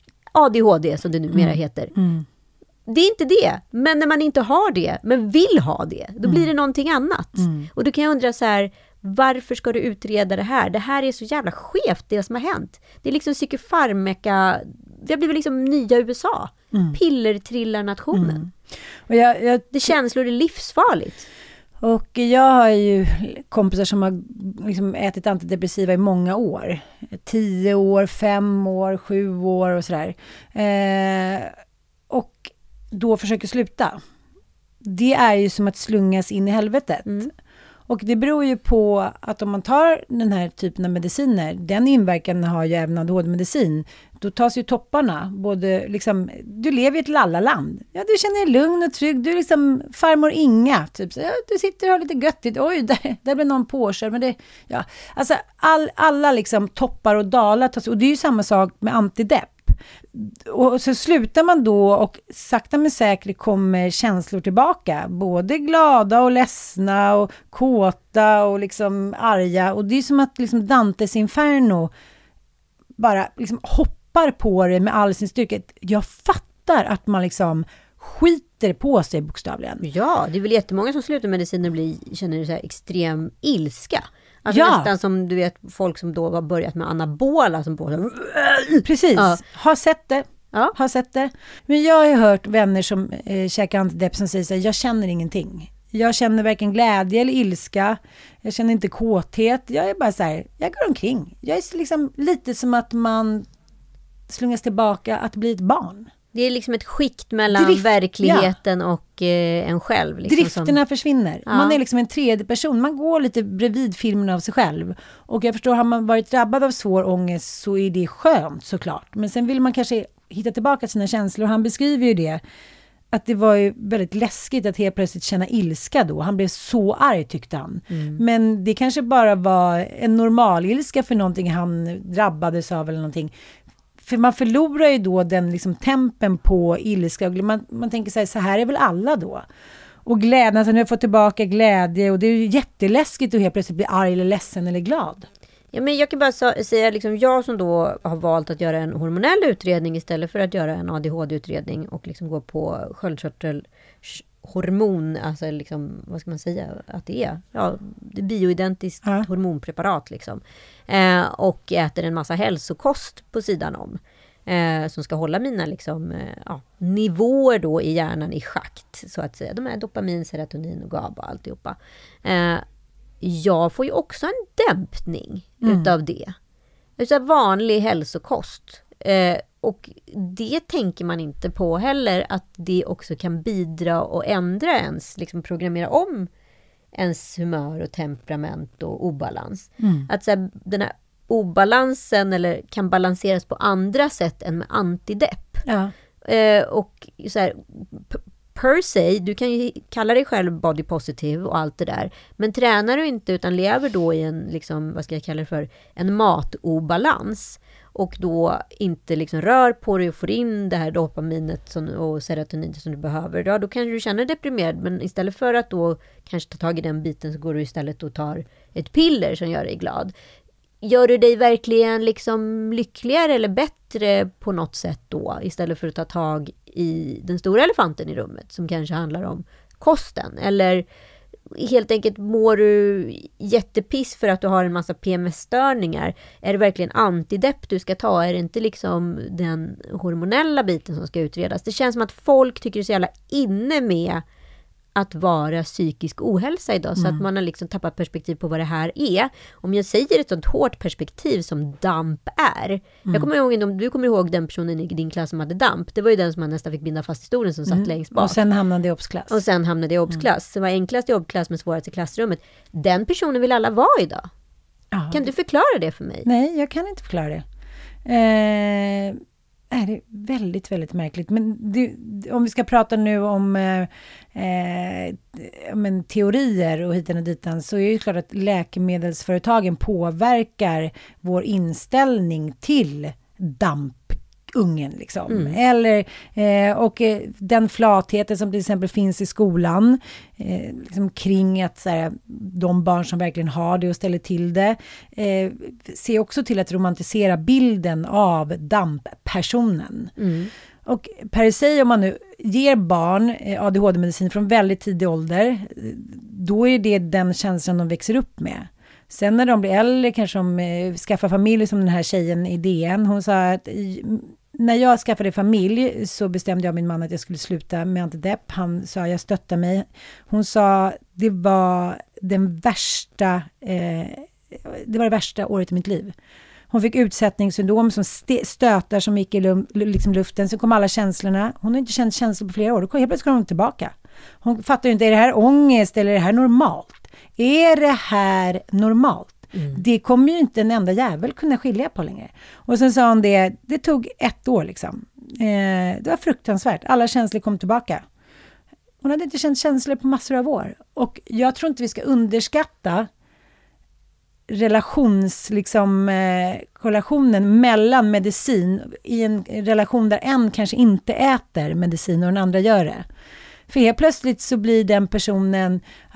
A D H D som det numera mm. heter. Mm. Det är inte det. Men när man inte har det, men vill ha det, då mm. blir det någonting annat. Mm. Och då kan jag undra så här... Varför ska du utreda det här? Det här är så jävla skevt det som har hänt. Det är liksom psykofarmaka. Vi har blivit liksom nya U S A. Mm. Pillertrillarnationen. Mm. Och jag, jag, det känslor är livsfarligt. Och jag har ju kompisar som har liksom ätit antidepressiva i många år. Tio år, fem år, sju år och sådär. Eh, och då försöker sluta. Det är ju som att slungas in i helvetet. Mm. Och det beror ju på att om man tar den här typen av mediciner, den inverkan har ju även A D H D-medicin, då tas ju topparna, både liksom, du lever i ett lallaland. Ja, du känner dig lugn och trygg, du är liksom farmor Inga, typ. Så, ja, du sitter och har lite göttigt, oj, där, där blir någon påkörd, men det, ja. Alltså, all, alla liksom toppar och dalar tas, och det är ju samma sak med antidepp. Och så slutar man då och sakta men säkert kommer känslor tillbaka, både glada och ledsna och kåta och liksom arga, och det är som att liksom Dantes Inferno bara liksom hoppar på det med all sin styrka. Jag fattar att man liksom skiter på sig bokstavligen. Ja, det är väl jättemånga som slutar mediciner och blir, känner så här extrem ilska. Alltså ja. Nästan som du vet folk som då har börjat med anabola som på. Precis. Ja. Har sett det. Ja. Har sett det. Men jag har hört vänner som eh, käkar antidepp som säger så här, jag känner ingenting. Jag känner varken glädje eller ilska. Jag känner inte kåthet. Jag är bara så här, jag går omkring. Jag är liksom lite som att man slungas tillbaka att bli ett barn. Det är liksom ett skikt mellan Drift, verkligheten ja. och eh, en själv. Liksom, Drifterna som... försvinner. Ja. Man är liksom en tredje person. Man går lite bredvid filmen av sig själv. Och jag förstår, har man varit drabbad av svår ångest så är det skönt såklart. Men sen vill man kanske hitta tillbaka sina känslor. Han beskriver ju det. Att det var ju väldigt läskigt att helt plötsligt känna ilska då. Han blev så arg tyckte han. Mm. Men det kanske bara var en normal ilska för någonting han drabbades av eller någonting. För man förlorar ju då den liksom tempen på ilska. Man, man tänker så här, så här är väl alla då. Och glädjen, att nu har fått tillbaka glädje. Och det är ju jätteläskigt att helt plötsligt bli arg eller ledsen eller glad. Ja, men jag kan bara säga, liksom, jag som då har valt att göra en hormonell utredning istället för att göra en A D H D-utredning och liksom gå på sköldkörtelhormon, alltså liksom, vad ska man säga att det är? Ja, det är bioidentiskt ja. hormonpreparat liksom. Eh, och äter en massa hälsokost på sidan om. Eh, som ska hålla mina liksom, eh, ja, nivåer då i hjärnan i schakt, så att säga. De är dopamin, serotonin och GABA och alltihopa. Eh, jag får ju också en dämpning mm. utav det. Utav vanlig hälsokost. Eh, och det tänker man inte på heller, att det också kan bidra och ändra ens, liksom programmera om ens humör och temperament och obalans. Mm. Att så här, den här obalansen eller kan balanseras på andra sätt än med antidepp. Ja. Eh, och så här, p- per se, du kan ju kalla dig själv body positive och allt det där. Men tränar du inte utan lever då i en, liksom, vad ska jag kalla det för, en matobalans. Och då inte liksom rör på dig och får in det här dopaminet som, och serotoninet som du behöver. Ja, då kan du känna dig deprimerad. Men istället för att då kanske ta tag i den biten så går du istället och tar ett piller som gör dig glad. Gör du dig verkligen liksom lyckligare eller bättre på något sätt då? Istället för att ta tag i den stora elefanten i rummet som kanske handlar om kosten. Eller helt enkelt mår du jättepiss för att du har en massa P M S-störningar. Är det verkligen antidepp du ska ta? Är det inte liksom den hormonella biten som ska utredas? Det känns som att folk tycker det är så jävla inne med att vara psykisk ohälsa idag. Mm. Så att man har liksom tappat perspektiv på vad det här är. Om jag säger ett sånt hårt perspektiv som damp är. Mm. Jag kommer ihåg, om du kommer ihåg den personen i din klass som hade damp. Det var ju den som man nästan fick binda fast i stolen som mm. satt längst bak. Och sen hamnade i obsklass. Och sen hamnade i obsklass. Mm. Det var enklast i obsklass men svårast i klassrummet. Den personen vill alla vara idag. Ja, kan det... du förklara det för mig? Nej, jag kan inte förklara det. Eh... är det väldigt, väldigt märkligt. Men det, om vi ska prata nu om eh, eh, men teorier och hitan och ditan, så är det klart att läkemedelsföretagen påverkar vår inställning till dampungen. Liksom. Mm. Eller, eh, och eh, den flatheten som till exempel finns i skolan eh, liksom kring att så här, de barn som verkligen har det och ställer till det eh, ser också till att romantisera bilden av damppersonen. Mm. Och per se, om man nu ger barn eh, A D H D-medicin från väldigt tidig ålder, då är det den känslan de växer upp med. Sen när de blir äldre, kanske de eh, skaffar familj, som den här tjejen i D N. Hon sa att i, när jag skaffade familj så bestämde jag min man att jag skulle sluta med antidepp. Han sa, jag stöttar mig. Hon sa, det var den värsta, eh, det var det värsta året i mitt liv. Hon fick utsättningssyndrom som st- stötar som gick i lum- liksom luften. Så kom alla känslorna. Hon har inte känt känslor på flera år. Då kom, helt plötsligt kom hon tillbaka. Hon fattar ju inte, är det här ångest eller är det här normalt? Är det här normalt? Mm. Det kommer ju inte en enda jävel kunna skilja på längre. Och sen sa hon det, det tog ett år liksom. Eh, det var fruktansvärt. Alla känslor kom tillbaka. Hon hade inte känt känslor på massor av år. Och jag tror inte vi ska underskatta relations, liksom, eh, korrelationen mellan medicin i en relation där en kanske inte äter medicin och den andra gör det. För helt plötsligt så blir den personen,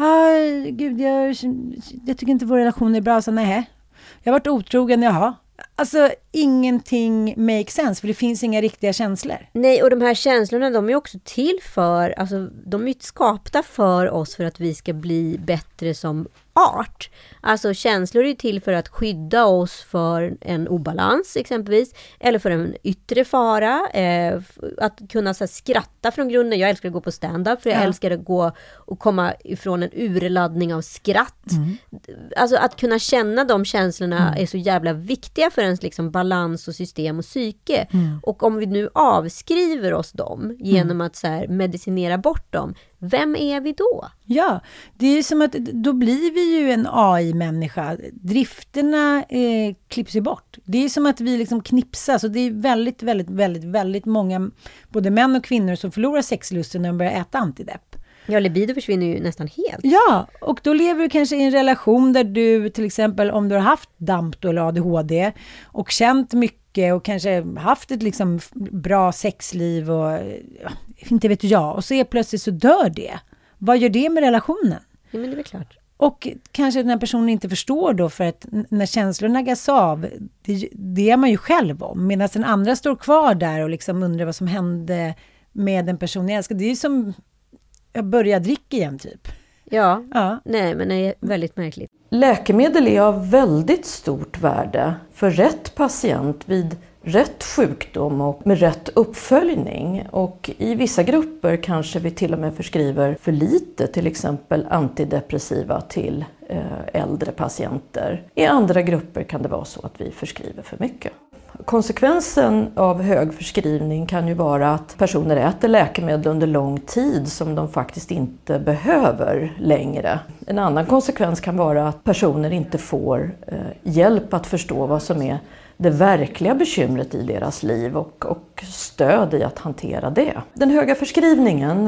ah, gud, jag, jag tycker inte vår relation är bra, så nej. Jag har varit otrogen, jaha. Alltså, ingenting makes sense, för det finns inga riktiga känslor. Nej, och de här känslorna, de är också till för, alltså, de är skapta för oss för att vi ska bli bättre som art. Alltså känslor är till för att skydda oss för en obalans exempelvis, eller för en yttre fara, eh, att kunna så här, skratta från grunden. Jag älskar att gå på stand-up för jag ja. älskar att gå och komma ifrån en urladdning av skratt. Mm. Alltså att kunna känna de känslorna mm. är så jävla viktiga för ens liksom, balans och system och psyke. Mm. Och om vi nu avskriver oss dem genom mm. att så här, medicinera bort dem, vem är vi då? Ja, det är som att då blir vi ju en A I-människa. Drifterna eh, klipps ju bort. Det är som att vi liksom knipsas, och det är väldigt, väldigt, väldigt, väldigt många både män och kvinnor som förlorar sexlusten när de börjar äta antidepp. Ja, libido försvinner ju nästan helt. Ja, och då lever du kanske i en relation där du till exempel, om du har haft damp eller A D H D och känt mycket och kanske haft ett liksom bra sexliv och ja, inte vet jag, och så är plötsligt så dör det. Vad gör det med relationen? Ja, men det är klart. Och kanske den här personen inte förstår då, för att när känslorna gas av, det, det är man ju själv om. Medan den andra står kvar där och liksom undrar vad som hände med den personen jag älskar. Det är ju som jag börjar dricka igen typ. Ja, ja. Nej, men det är väldigt märkligt. Läkemedel är av väldigt stort värde för rätt patient vid rätt sjukdom och med rätt uppföljning. Och i vissa grupper kanske vi till och med förskriver för lite, till exempel antidepressiva till äldre patienter. I andra grupper kan det vara så att vi förskriver för mycket. Konsekvensen av hög förskrivning kan ju vara att personer äter läkemedel under lång tid som de faktiskt inte behöver längre. En annan konsekvens kan vara att personer inte får eh, hjälp att förstå vad som är det verkliga bekymret i deras liv och, och stöd i att hantera det. Den höga förskrivningen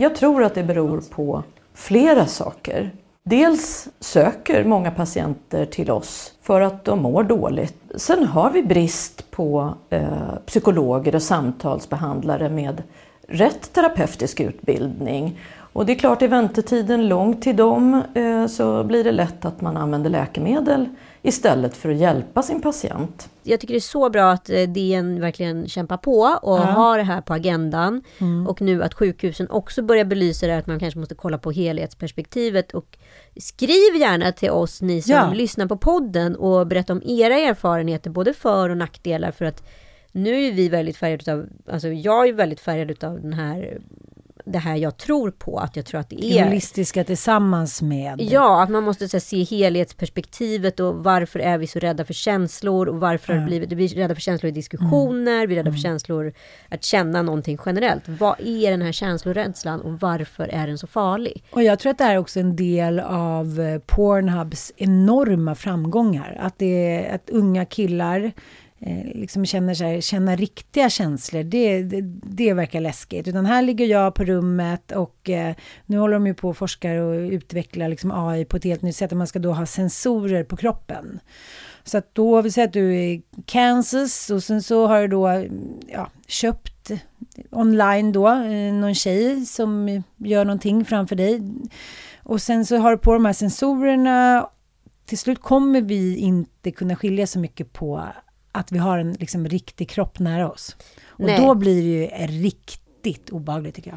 Jag tror att det beror på flera saker. Dels söker många patienter till oss för att de mår dåligt. Sen har vi brist på eh, psykologer och samtalsbehandlare med rätt terapeutisk utbildning. Och det är klart, i väntetiden långt till dem eh, så blir det lätt att man använder läkemedel istället för att hjälpa sin patient. Jag tycker det är så bra att D N verkligen kämpar på och ja. har det här på agendan. Mm. Och nu att sjukhusen också börjar belysa det, att man kanske måste kolla på helhetsperspektivet. Och skriv gärna till oss, ni som ja. lyssnar på podden, och berätta om era erfarenheter, både för- och nackdelar. För att nu är vi väldigt färgade av, alltså jag är väldigt färgad av den här... det här jag tror på, att jag tror att det är... holistiska tillsammans med... Ja, att man måste så här, se helhetsperspektivet och varför är vi så rädda för känslor och varför mm. har det blivit... Vi är rädda för känslor i diskussioner, mm. vi är rädda för känslor att känna någonting generellt. Vad är den här känslorädslan och varför är den så farlig? Och jag tror att det är också en del av Pornhubs enorma framgångar. Att, det är, att unga killar... liksom känner sig, känna riktiga känslor, det, det, det verkar läskigt. Utan här ligger jag på rummet och eh, nu håller de ju på och forskar och utvecklar liksom A I på ett helt nytt sätt. Man ska då ha sensorer på kroppen. Så att då vill säga att du är i Kansas och sen så har du då ja, köpt online då eh, någon tjej som gör någonting framför dig. Och sen så har du på de här sensorerna. Till slut kommer vi inte kunna skilja så mycket på att vi har en liksom riktig kropp nära oss. Och Nej. då blir det ju riktigt obehagligt, tycker jag.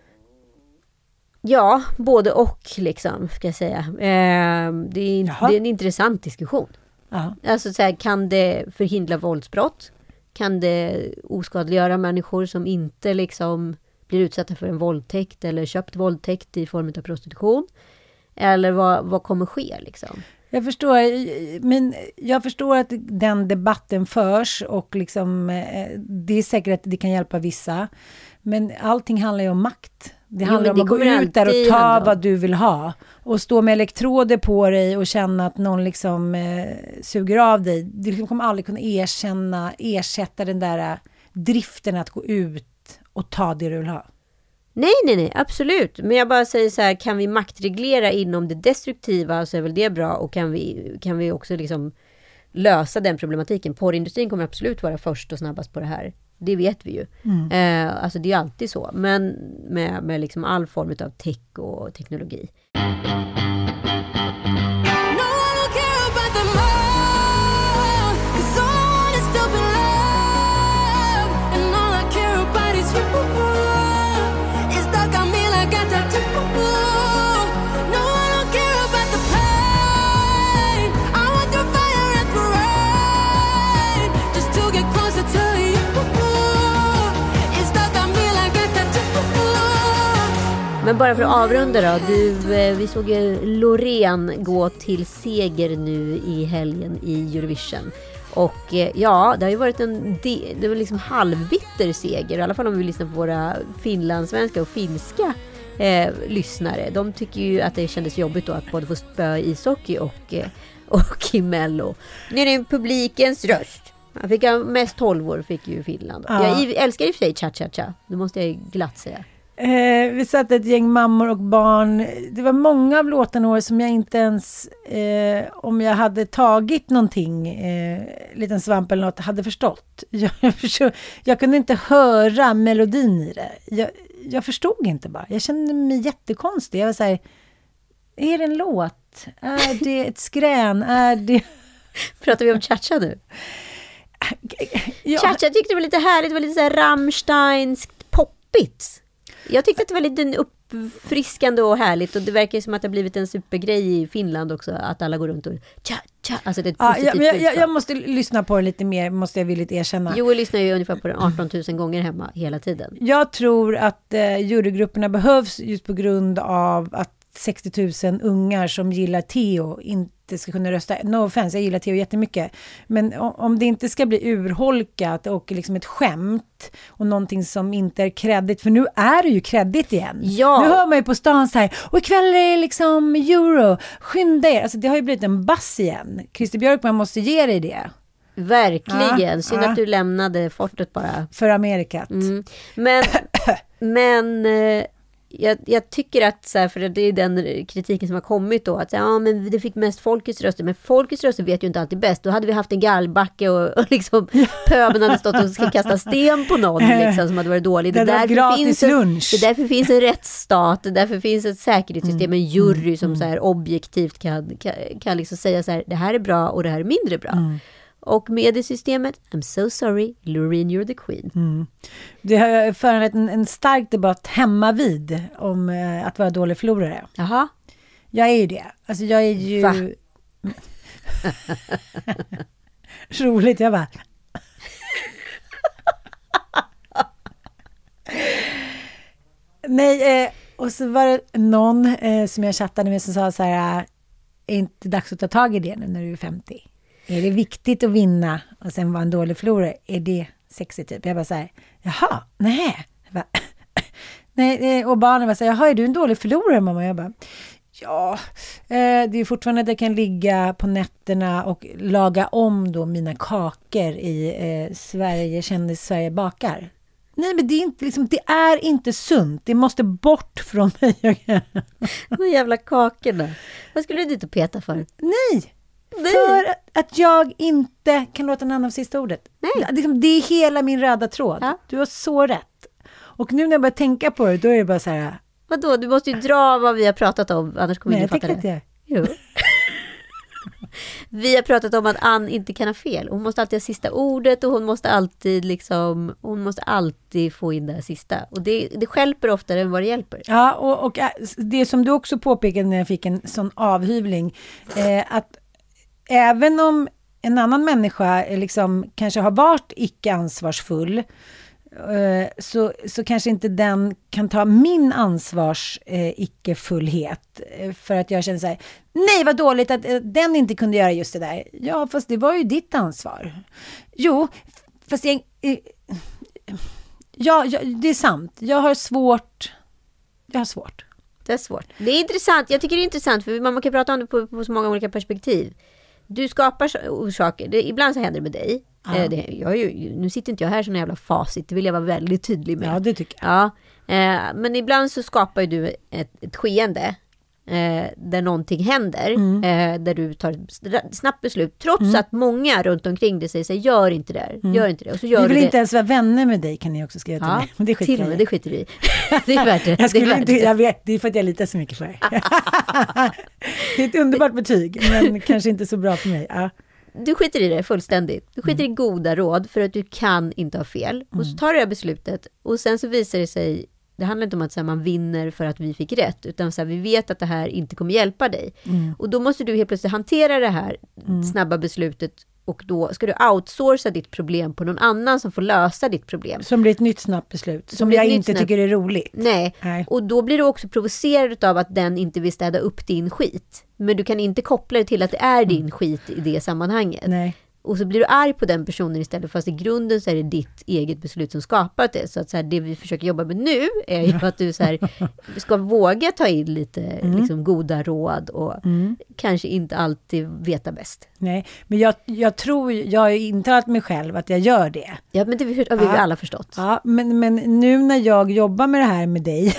Ja, både och liksom, ska jag säga. Eh, det, är, det är en intressant diskussion. Jaha. Alltså så här, kan det förhindra våldsbrott? Kan det oskadliggöra människor som inte liksom blir utsatta för en våldtäkt eller köpt våldtäkt i form av prostitution? Eller vad, vad kommer ske liksom? Jag förstår, men jag förstår att den debatten förs och liksom, det är säkert att det kan hjälpa vissa. Men allting handlar ju om makt. Det jo, handlar om att gå ut där och ta vad du vill ha. Och stå med elektroder på dig och känna att någon liksom eh, suger av dig. Du kommer aldrig kunna erkänna, ersätta den där driften att gå ut och ta det du vill ha. Nej, nej, nej, absolut. Men jag bara säger så här, kan vi maktreglera inom det destruktiva så är väl det bra. Och kan vi, kan vi också liksom lösa den problematiken. Porrindustrin kommer absolut vara först och snabbast på det här. Det vet vi ju. Mm. Eh, alltså det är alltid så. Men med, med liksom all form av tech och teknologi. Men bara för att avrunda då, du, vi såg ju Loreen gå till seger nu i helgen i Eurovision. Och ja, det har ju varit en det var liksom halvbitter seger, i alla fall om vi lyssnar på våra finlandssvenska och finska eh, lyssnare. De tycker ju att det kändes jobbigt då att både få spöa ishockey och, och i Mello. Nu är det publikens röst. Han fick mest tolv år fick ju Finland. Ja. Jag älskar i och för sig cha-cha-cha, det måste jag glatt säga. Eh, vi satt ett gäng mammor och barn. Det var många av låtarna som jag inte ens, eh, om jag hade tagit någonting, eh, liten svamp eller något, hade förstått. Jag, jag, förstod, jag kunde inte höra melodin i det. Jag, jag förstod inte bara. Jag kände mig jättekonstig. Jag var så här, är det en låt? Är det ett skrän? Är det... Pratar vi om cha-cha nu? Ja. Cha-cha tyckte det var lite härligt. Det var lite så här Rammsteinskt poppigt. Jag tyckte att det var lite uppfriskande och härligt, och det verkar som att det har blivit en supergrej i Finland också, att alla går runt och tja, tja. Alltså det är ett ja, positivt jag, jag, jag måste lyssna på det lite mer, måste jag villigt erkänna. Jo, jag lyssnar ju ungefär på det arton tusen gånger hemma hela tiden. Jag tror att eh, jurygrupperna behövs just på grund av att sextio tusen ungar som gillar Theo inte ska kunna rösta. No offense, jag gillar Theo jättemycket. Men om det inte ska bli urholkat och liksom ett skämt och någonting som inte är kreddigt, för nu är det ju kreddigt igen. Ja. Nu hör man ju på stan så här, och ikväll är det liksom euro, skynda er. Alltså det har ju blivit en bass igen. Christer Björkman måste ge dig det. Verkligen, ja, synd ja. att du lämnade fortet bara. För Amerikat. Mm. Men, men jag, jag tycker att, så här, för det är den kritiken som har kommit då, att ja, men det fick mest folkets röster, men folkets röster vet ju inte alltid bäst. Då hade vi haft en gallbacke och, och liksom pöben hade stått och ska kasta sten på någon liksom, som hade varit dålig. Det, det, är därför finns en, det är därför finns en rättsstat, det är därför finns ett säkerhetssystem, en jury som så här, objektivt kan, kan, kan liksom säga så här, det här är bra och det här är mindre bra. Mm. Och mediesystemet, I'm so sorry, Loreen, you're the queen. Mm. Det har föranlett en, en stark debatt hemma vid om eh, att vara dålig förlorare. Jaha. Jag är ju det. Alltså jag är ju... Va? Roligt, jag bara... Nej, eh, och så var det någon eh, som jag chattade med som sa så här, är inte dags att ta tag i det nu när du är femtio? Är det viktigt att vinna och sen vara en dålig förlorare? Är det sexigt typ? Jag bara så här, jaha, nej. Bara, nej. Och barnen var så här, jaha, är du en dålig förlorare, mamma? Och jag bara, ja, eh, det är fortfarande att jag kan ligga på nätterna och laga om då mina kakor i eh, Sverige, kändis Sverige bakar. Nej, men det är inte, liksom, det är inte sunt. Det måste bort från mig. De jävla kakorna. Vad skulle du dit och peta för? Nej. Nej. För att jag inte kan låta en annan sista ordet. Nej. Det, det är hela min röda tråd. Ja. Du har så rätt. Och nu när jag börjar tänka på det, då är det bara så här... Vadå? Du måste ju dra vad vi har pratat om, annars kommer Nej, ingen fatta det. Nej, jag tycker inte. Jo. Vi har pratat om att Ann inte kan ha fel. Hon måste alltid ha sista ordet och hon måste alltid liksom, hon måste alltid få in det här sista. Och det, det hjälper oftare än vad det hjälper. Ja, och, och det som du också påpekade när jag fick en sån avhyvling, eh, att även om en annan människa liksom kanske har varit icke ansvarsfull, eh, så, så kanske inte den kan ta min ansvars eh, icke-fullhet. Eh, för att jag känner så här, nej vad dåligt att eh, den inte kunde göra just det där. Ja, fast det var ju ditt ansvar. Jo, fast jag... Eh, ja, ja, det är sant. Jag har svårt... Jag har svårt. Det är svårt. Det är intressant. Jag tycker det är intressant för man kan prata om det på, på så många olika perspektiv. Du skapar orsaker. Det, ibland så händer det med dig. Ja. Eh, det, jag är ju, nu sitter inte jag här som en jävla facit. Det vill jag vara väldigt tydlig med. Ja, det tycker jag. Ja, eh, men ibland så skapar du ett, ett skeende eh, där någonting händer. Mm. Eh, där du tar ett snabbt beslut. Trots mm. att många runt omkring dig säger så här, gör inte det. Mm. Gör inte det. Och så gör vi vill du inte det. ens vara vänner med dig, kan ni också skriva till ja, mig. Men det skiter till och med, det skiter i. Det är värt det. Jag skulle det, är inte, jag vet, det är för att jag litar så mycket för er. Det är ett underbart betyg, men kanske inte så bra för mig. Ja. Du skiter i det fullständigt. Du skiter mm. i goda råd för att du kan inte ha fel. Mm. Och så tar du det här beslutet och sen så visar det sig, det handlar inte om att så här, man vinner för att vi fick rätt, utan så här, vi vet att det här inte kommer hjälpa dig. Mm. Och då måste du helt plötsligt hantera det här mm. snabba beslutet och då ska du outsourca ditt problem på någon annan som får lösa ditt problem. Som blir ett nytt snabbt beslut. Som, som jag inte snabbt... tycker är roligt. Nej. Nej. Och då blir du också provocerad av att den inte vill städa upp din skit. Men du kan inte koppla det till att det är din mm. skit i det sammanhanget. Nej. Och så blir du arg på den personen istället, fast i grunden så är det ditt eget beslut som skapat det. Så att så här, det vi försöker jobba med nu är ju att du så här, ska våga ta in lite mm. liksom, goda råd och mm. kanske inte alltid veta bäst. Nej, men jag, jag tror, jag har intalat mig själv att jag gör det. Ja, men det har vi ja. alla förstått. Ja, men, men nu när jag jobbar med det här med dig...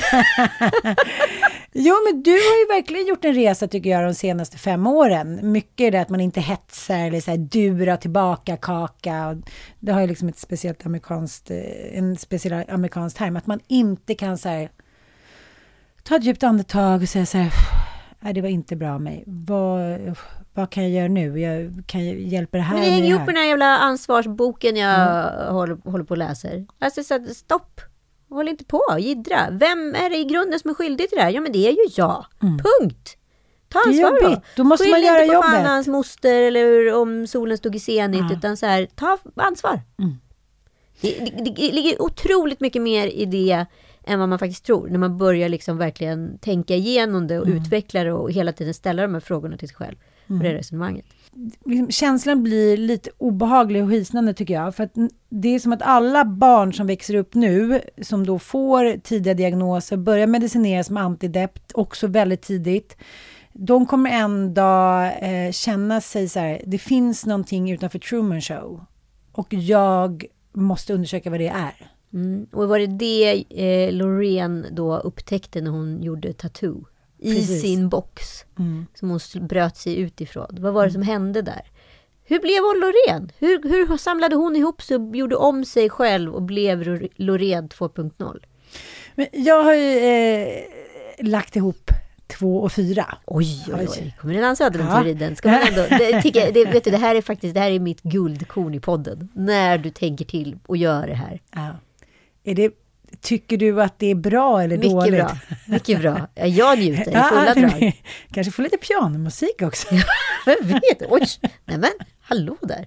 Jo, men du har ju verkligen gjort en resa tycker jag de senaste fem åren. Mycket är det att man inte hetsar eller så här dura tillbaka kaka. Och det har ju liksom ett speciellt amerikanskt, en speciell amerikansk term. Att man inte kan så här, ta ett djupt andetag och säga så här, nej det var inte bra av mig. Vad, vad kan jag göra nu? Jag kan jag hjälpa det här. Men det hänger ihop med den här jävla ansvarsboken jag mm. håller, håller på och läser. Alltså så här, stopp. Håll inte på, giddra. Vem är det i grunden som är skyldig till det här? Ja, men det är ju jag. Mm. Punkt. Ta ansvar då. Då måste Skyll man göra inte på jobbet. fan hans moster eller om solen stod i senigt, mm. utan så här, ta ansvar. Mm. Det, det, det ligger otroligt mycket mer i det än vad man faktiskt tror. När man börjar liksom verkligen tänka igenom det och mm. utveckla det och hela tiden ställa de här frågorna till sig själv. Mm. För det resonemanget. Känslan blir lite obehaglig och hisnande tycker jag. För att det är som att alla barn som växer upp nu, som då får tidiga diagnoser, börjar medicineras som antidept också väldigt tidigt. De kommer en dag eh, känna sig så här, det finns någonting utanför Truman Show. Och jag måste undersöka vad det är. Mm. Och var det det eh, Loreen då upptäckte när hon gjorde tattoo? I Precis. sin box. Mm. Som hon bröt sig utifrån. Vad var det som hände där? Hur blev hon Loreen? Hur, hur samlade hon ihop sig och gjorde om sig själv och blev Loreen två punkt noll? Men jag har ju eh, lagt ihop två och fyra. Oj, oj, oj. Kommer den ansöka om teorin? Ska man ändå, det, tycker, det, vet du, det här är faktiskt det här är mitt guldkorn i podden. När du tänker till och gör det här. Ja. Är det, tycker du att det är bra eller mycket dåligt? Bra. Mycket bra. Jag njuter i fulla drag. Kanske få lite pianomusik också. Jag vet. Oj. Nej men, hallå där.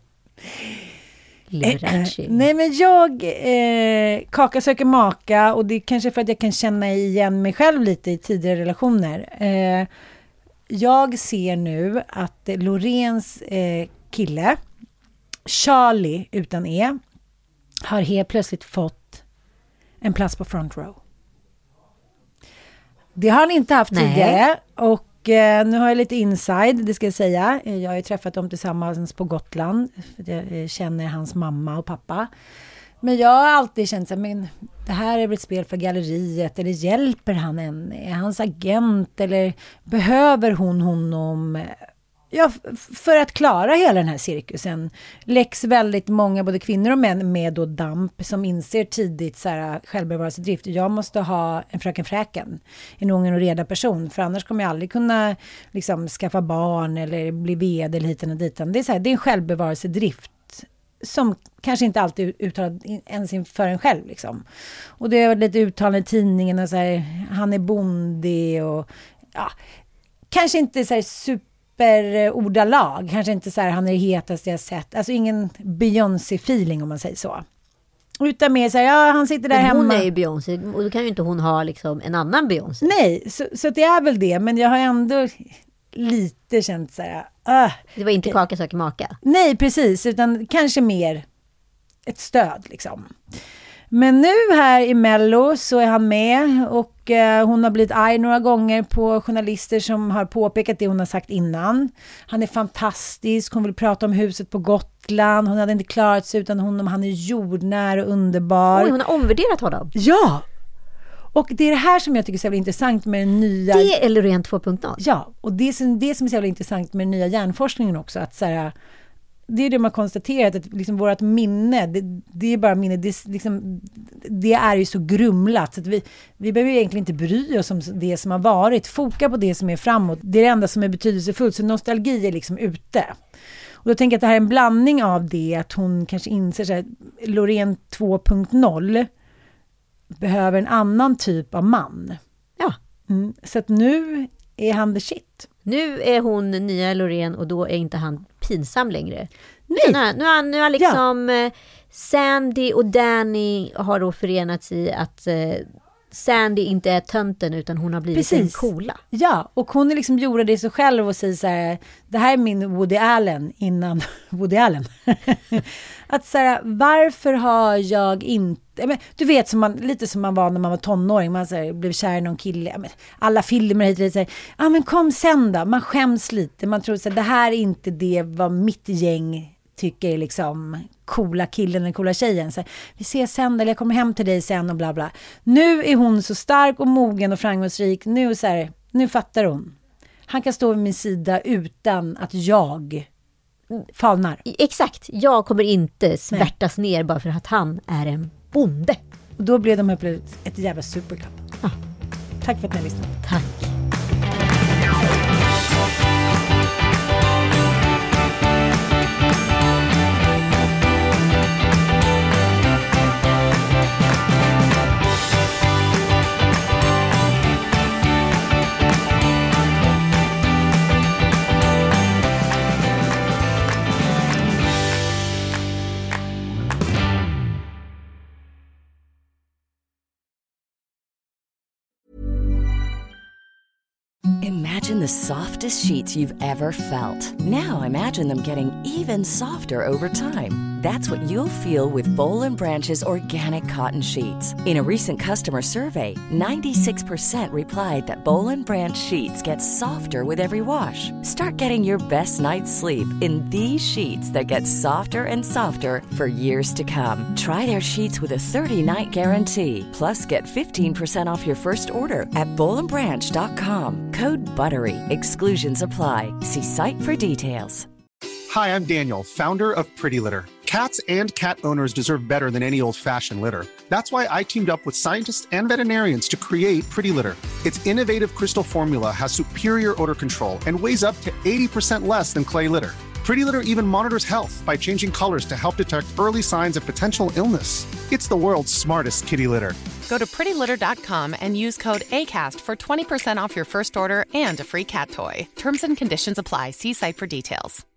Eh, nej men jag eh, kaka söker maka och det är kanske för att jag kan känna igen mig själv lite i tidigare relationer. Eh, jag ser nu att Loreens eh, kille Charlie utan E har helt plötsligt fått en plats på front row. Det har han inte haft nej. tidigare och nu har jag lite inside, det ska jag säga. Jag har ju träffat dem tillsammans på Gotland. Jag känner hans mamma och pappa. Men jag har alltid känt att men det här är väl ett spel för galleriet. Eller hjälper han en? Är hans agent? Eller behöver hon honom? Ja, för att klara hela den här cirkusen läcks väldigt många, både kvinnor och män, med då damp som inser tidigt så här, självbevarelsedrift. Jag måste ha en fröken Fräken, en ungen och reda person, för annars kommer jag aldrig kunna liksom, skaffa barn eller bli vd eller hitan och ditan. Det är, så här, det är en självbevarelsedrift som kanske inte alltid uttalat ens inför en själv. Liksom. Och det är lite uttalande i tidningen och så här, han är bondig och ja, kanske inte så här super ordalag, kanske inte så här han är det hetaste jag sett, alltså ingen Beyoncé-feeling om man säger så, utan mer så här, ja han sitter där men hon hemma. Hon är ju Beyoncé och då kan ju inte hon ha liksom en annan Beyoncé. Nej, så, så det är väl det, men jag har ändå lite känt så här, uh, det var inte kaka söker maka. Nej, precis, utan kanske mer ett stöd liksom. Men nu här i Mello så är han med och eh, hon har blivit arg några gånger på journalister som har påpekat det hon har sagt innan. Han är fantastisk, hon vill prata om huset på Gotland, hon hade inte klarat sig utan honom, han är jordnära och underbar. Oj, hon har omvärderat honom. Ja, och det är det här som jag tycker är så väldigt intressant med den nya... Det är Loreen två punkt noll. Ja, och det som, det som är så väldigt intressant med den nya hjärnforskningen också, att så här... Det är det man konstaterat, att liksom vårt minne, det, det är bara minne, det, liksom, det är ju så grumlat så att vi, vi behöver egentligen inte bry oss om det som har varit, foka på det som är framåt, det är det enda som är betydelsefullt, så nostalgi är liksom ute. Och då tänker jag att det här är en blandning av det, att hon kanske inser så här, Loreen två punkt noll behöver en annan typ av man. Ja. Mm, så att nu är han the shit. Nu är hon nya Loreen och då är inte han pinsam längre. Nej. Nu har nu, nu har liksom ja. Sandy och Danny har då förenats i att eh, Sandy inte är tönten utan hon har blivit en coola. Ja, och hon är liksom gjorde det så själv och säger så här, det här är min Woody Allen innan Woody Allen. Att så här, varför har jag inte, men, du vet som man, lite som man var när man var tonåring, man så här, blev kär i någon kille, men, alla filmer hit och dit, så här, ja men kom sen då, man skäms lite, man tror så här, det här är inte det vad mitt gäng tycker är liksom coola killen eller coola tjejen. Så här, vi ses sen eller jag kommer hem till dig sen och bla bla. Nu är hon så stark och mogen och framgångsrik. Nu, så här, nu fattar hon. Han kan stå vid min sida utan att jag falnar. Exakt, jag kommer inte svärtas Nej. ner bara för att han är en bonde. Och då blev de här ett jävla supercup. Ah. Tack för att ni lyssnade. Tack. Imagine the softest sheets you've ever felt. Now imagine them getting even softer over time. That's what you'll feel with Bowl and Branch's organic cotton sheets. In a recent customer survey, ninety-six percent replied that Bowl and Branch sheets get softer with every wash. Start getting your best night's sleep in these sheets that get softer and softer for years to come. Try their sheets with a thirty-night guarantee. Plus, get fifteen percent off your first order at bowl and branch dot com. Code BUTTERY. Exclusions apply. See site for details. Hi, I'm Daniel, founder of Pretty Litter. Cats and cat owners deserve better than any old-fashioned litter. That's why I teamed up with scientists and veterinarians to create Pretty Litter. Its innovative crystal formula has superior odor control and weighs up to eighty percent less than clay litter. Pretty Litter even monitors health by changing colors to help detect early signs of potential illness. It's the world's smartest kitty litter. Go to pretty litter dot com and use code ACAST for twenty percent off your first order and a free cat toy. Terms and conditions apply. See site for details.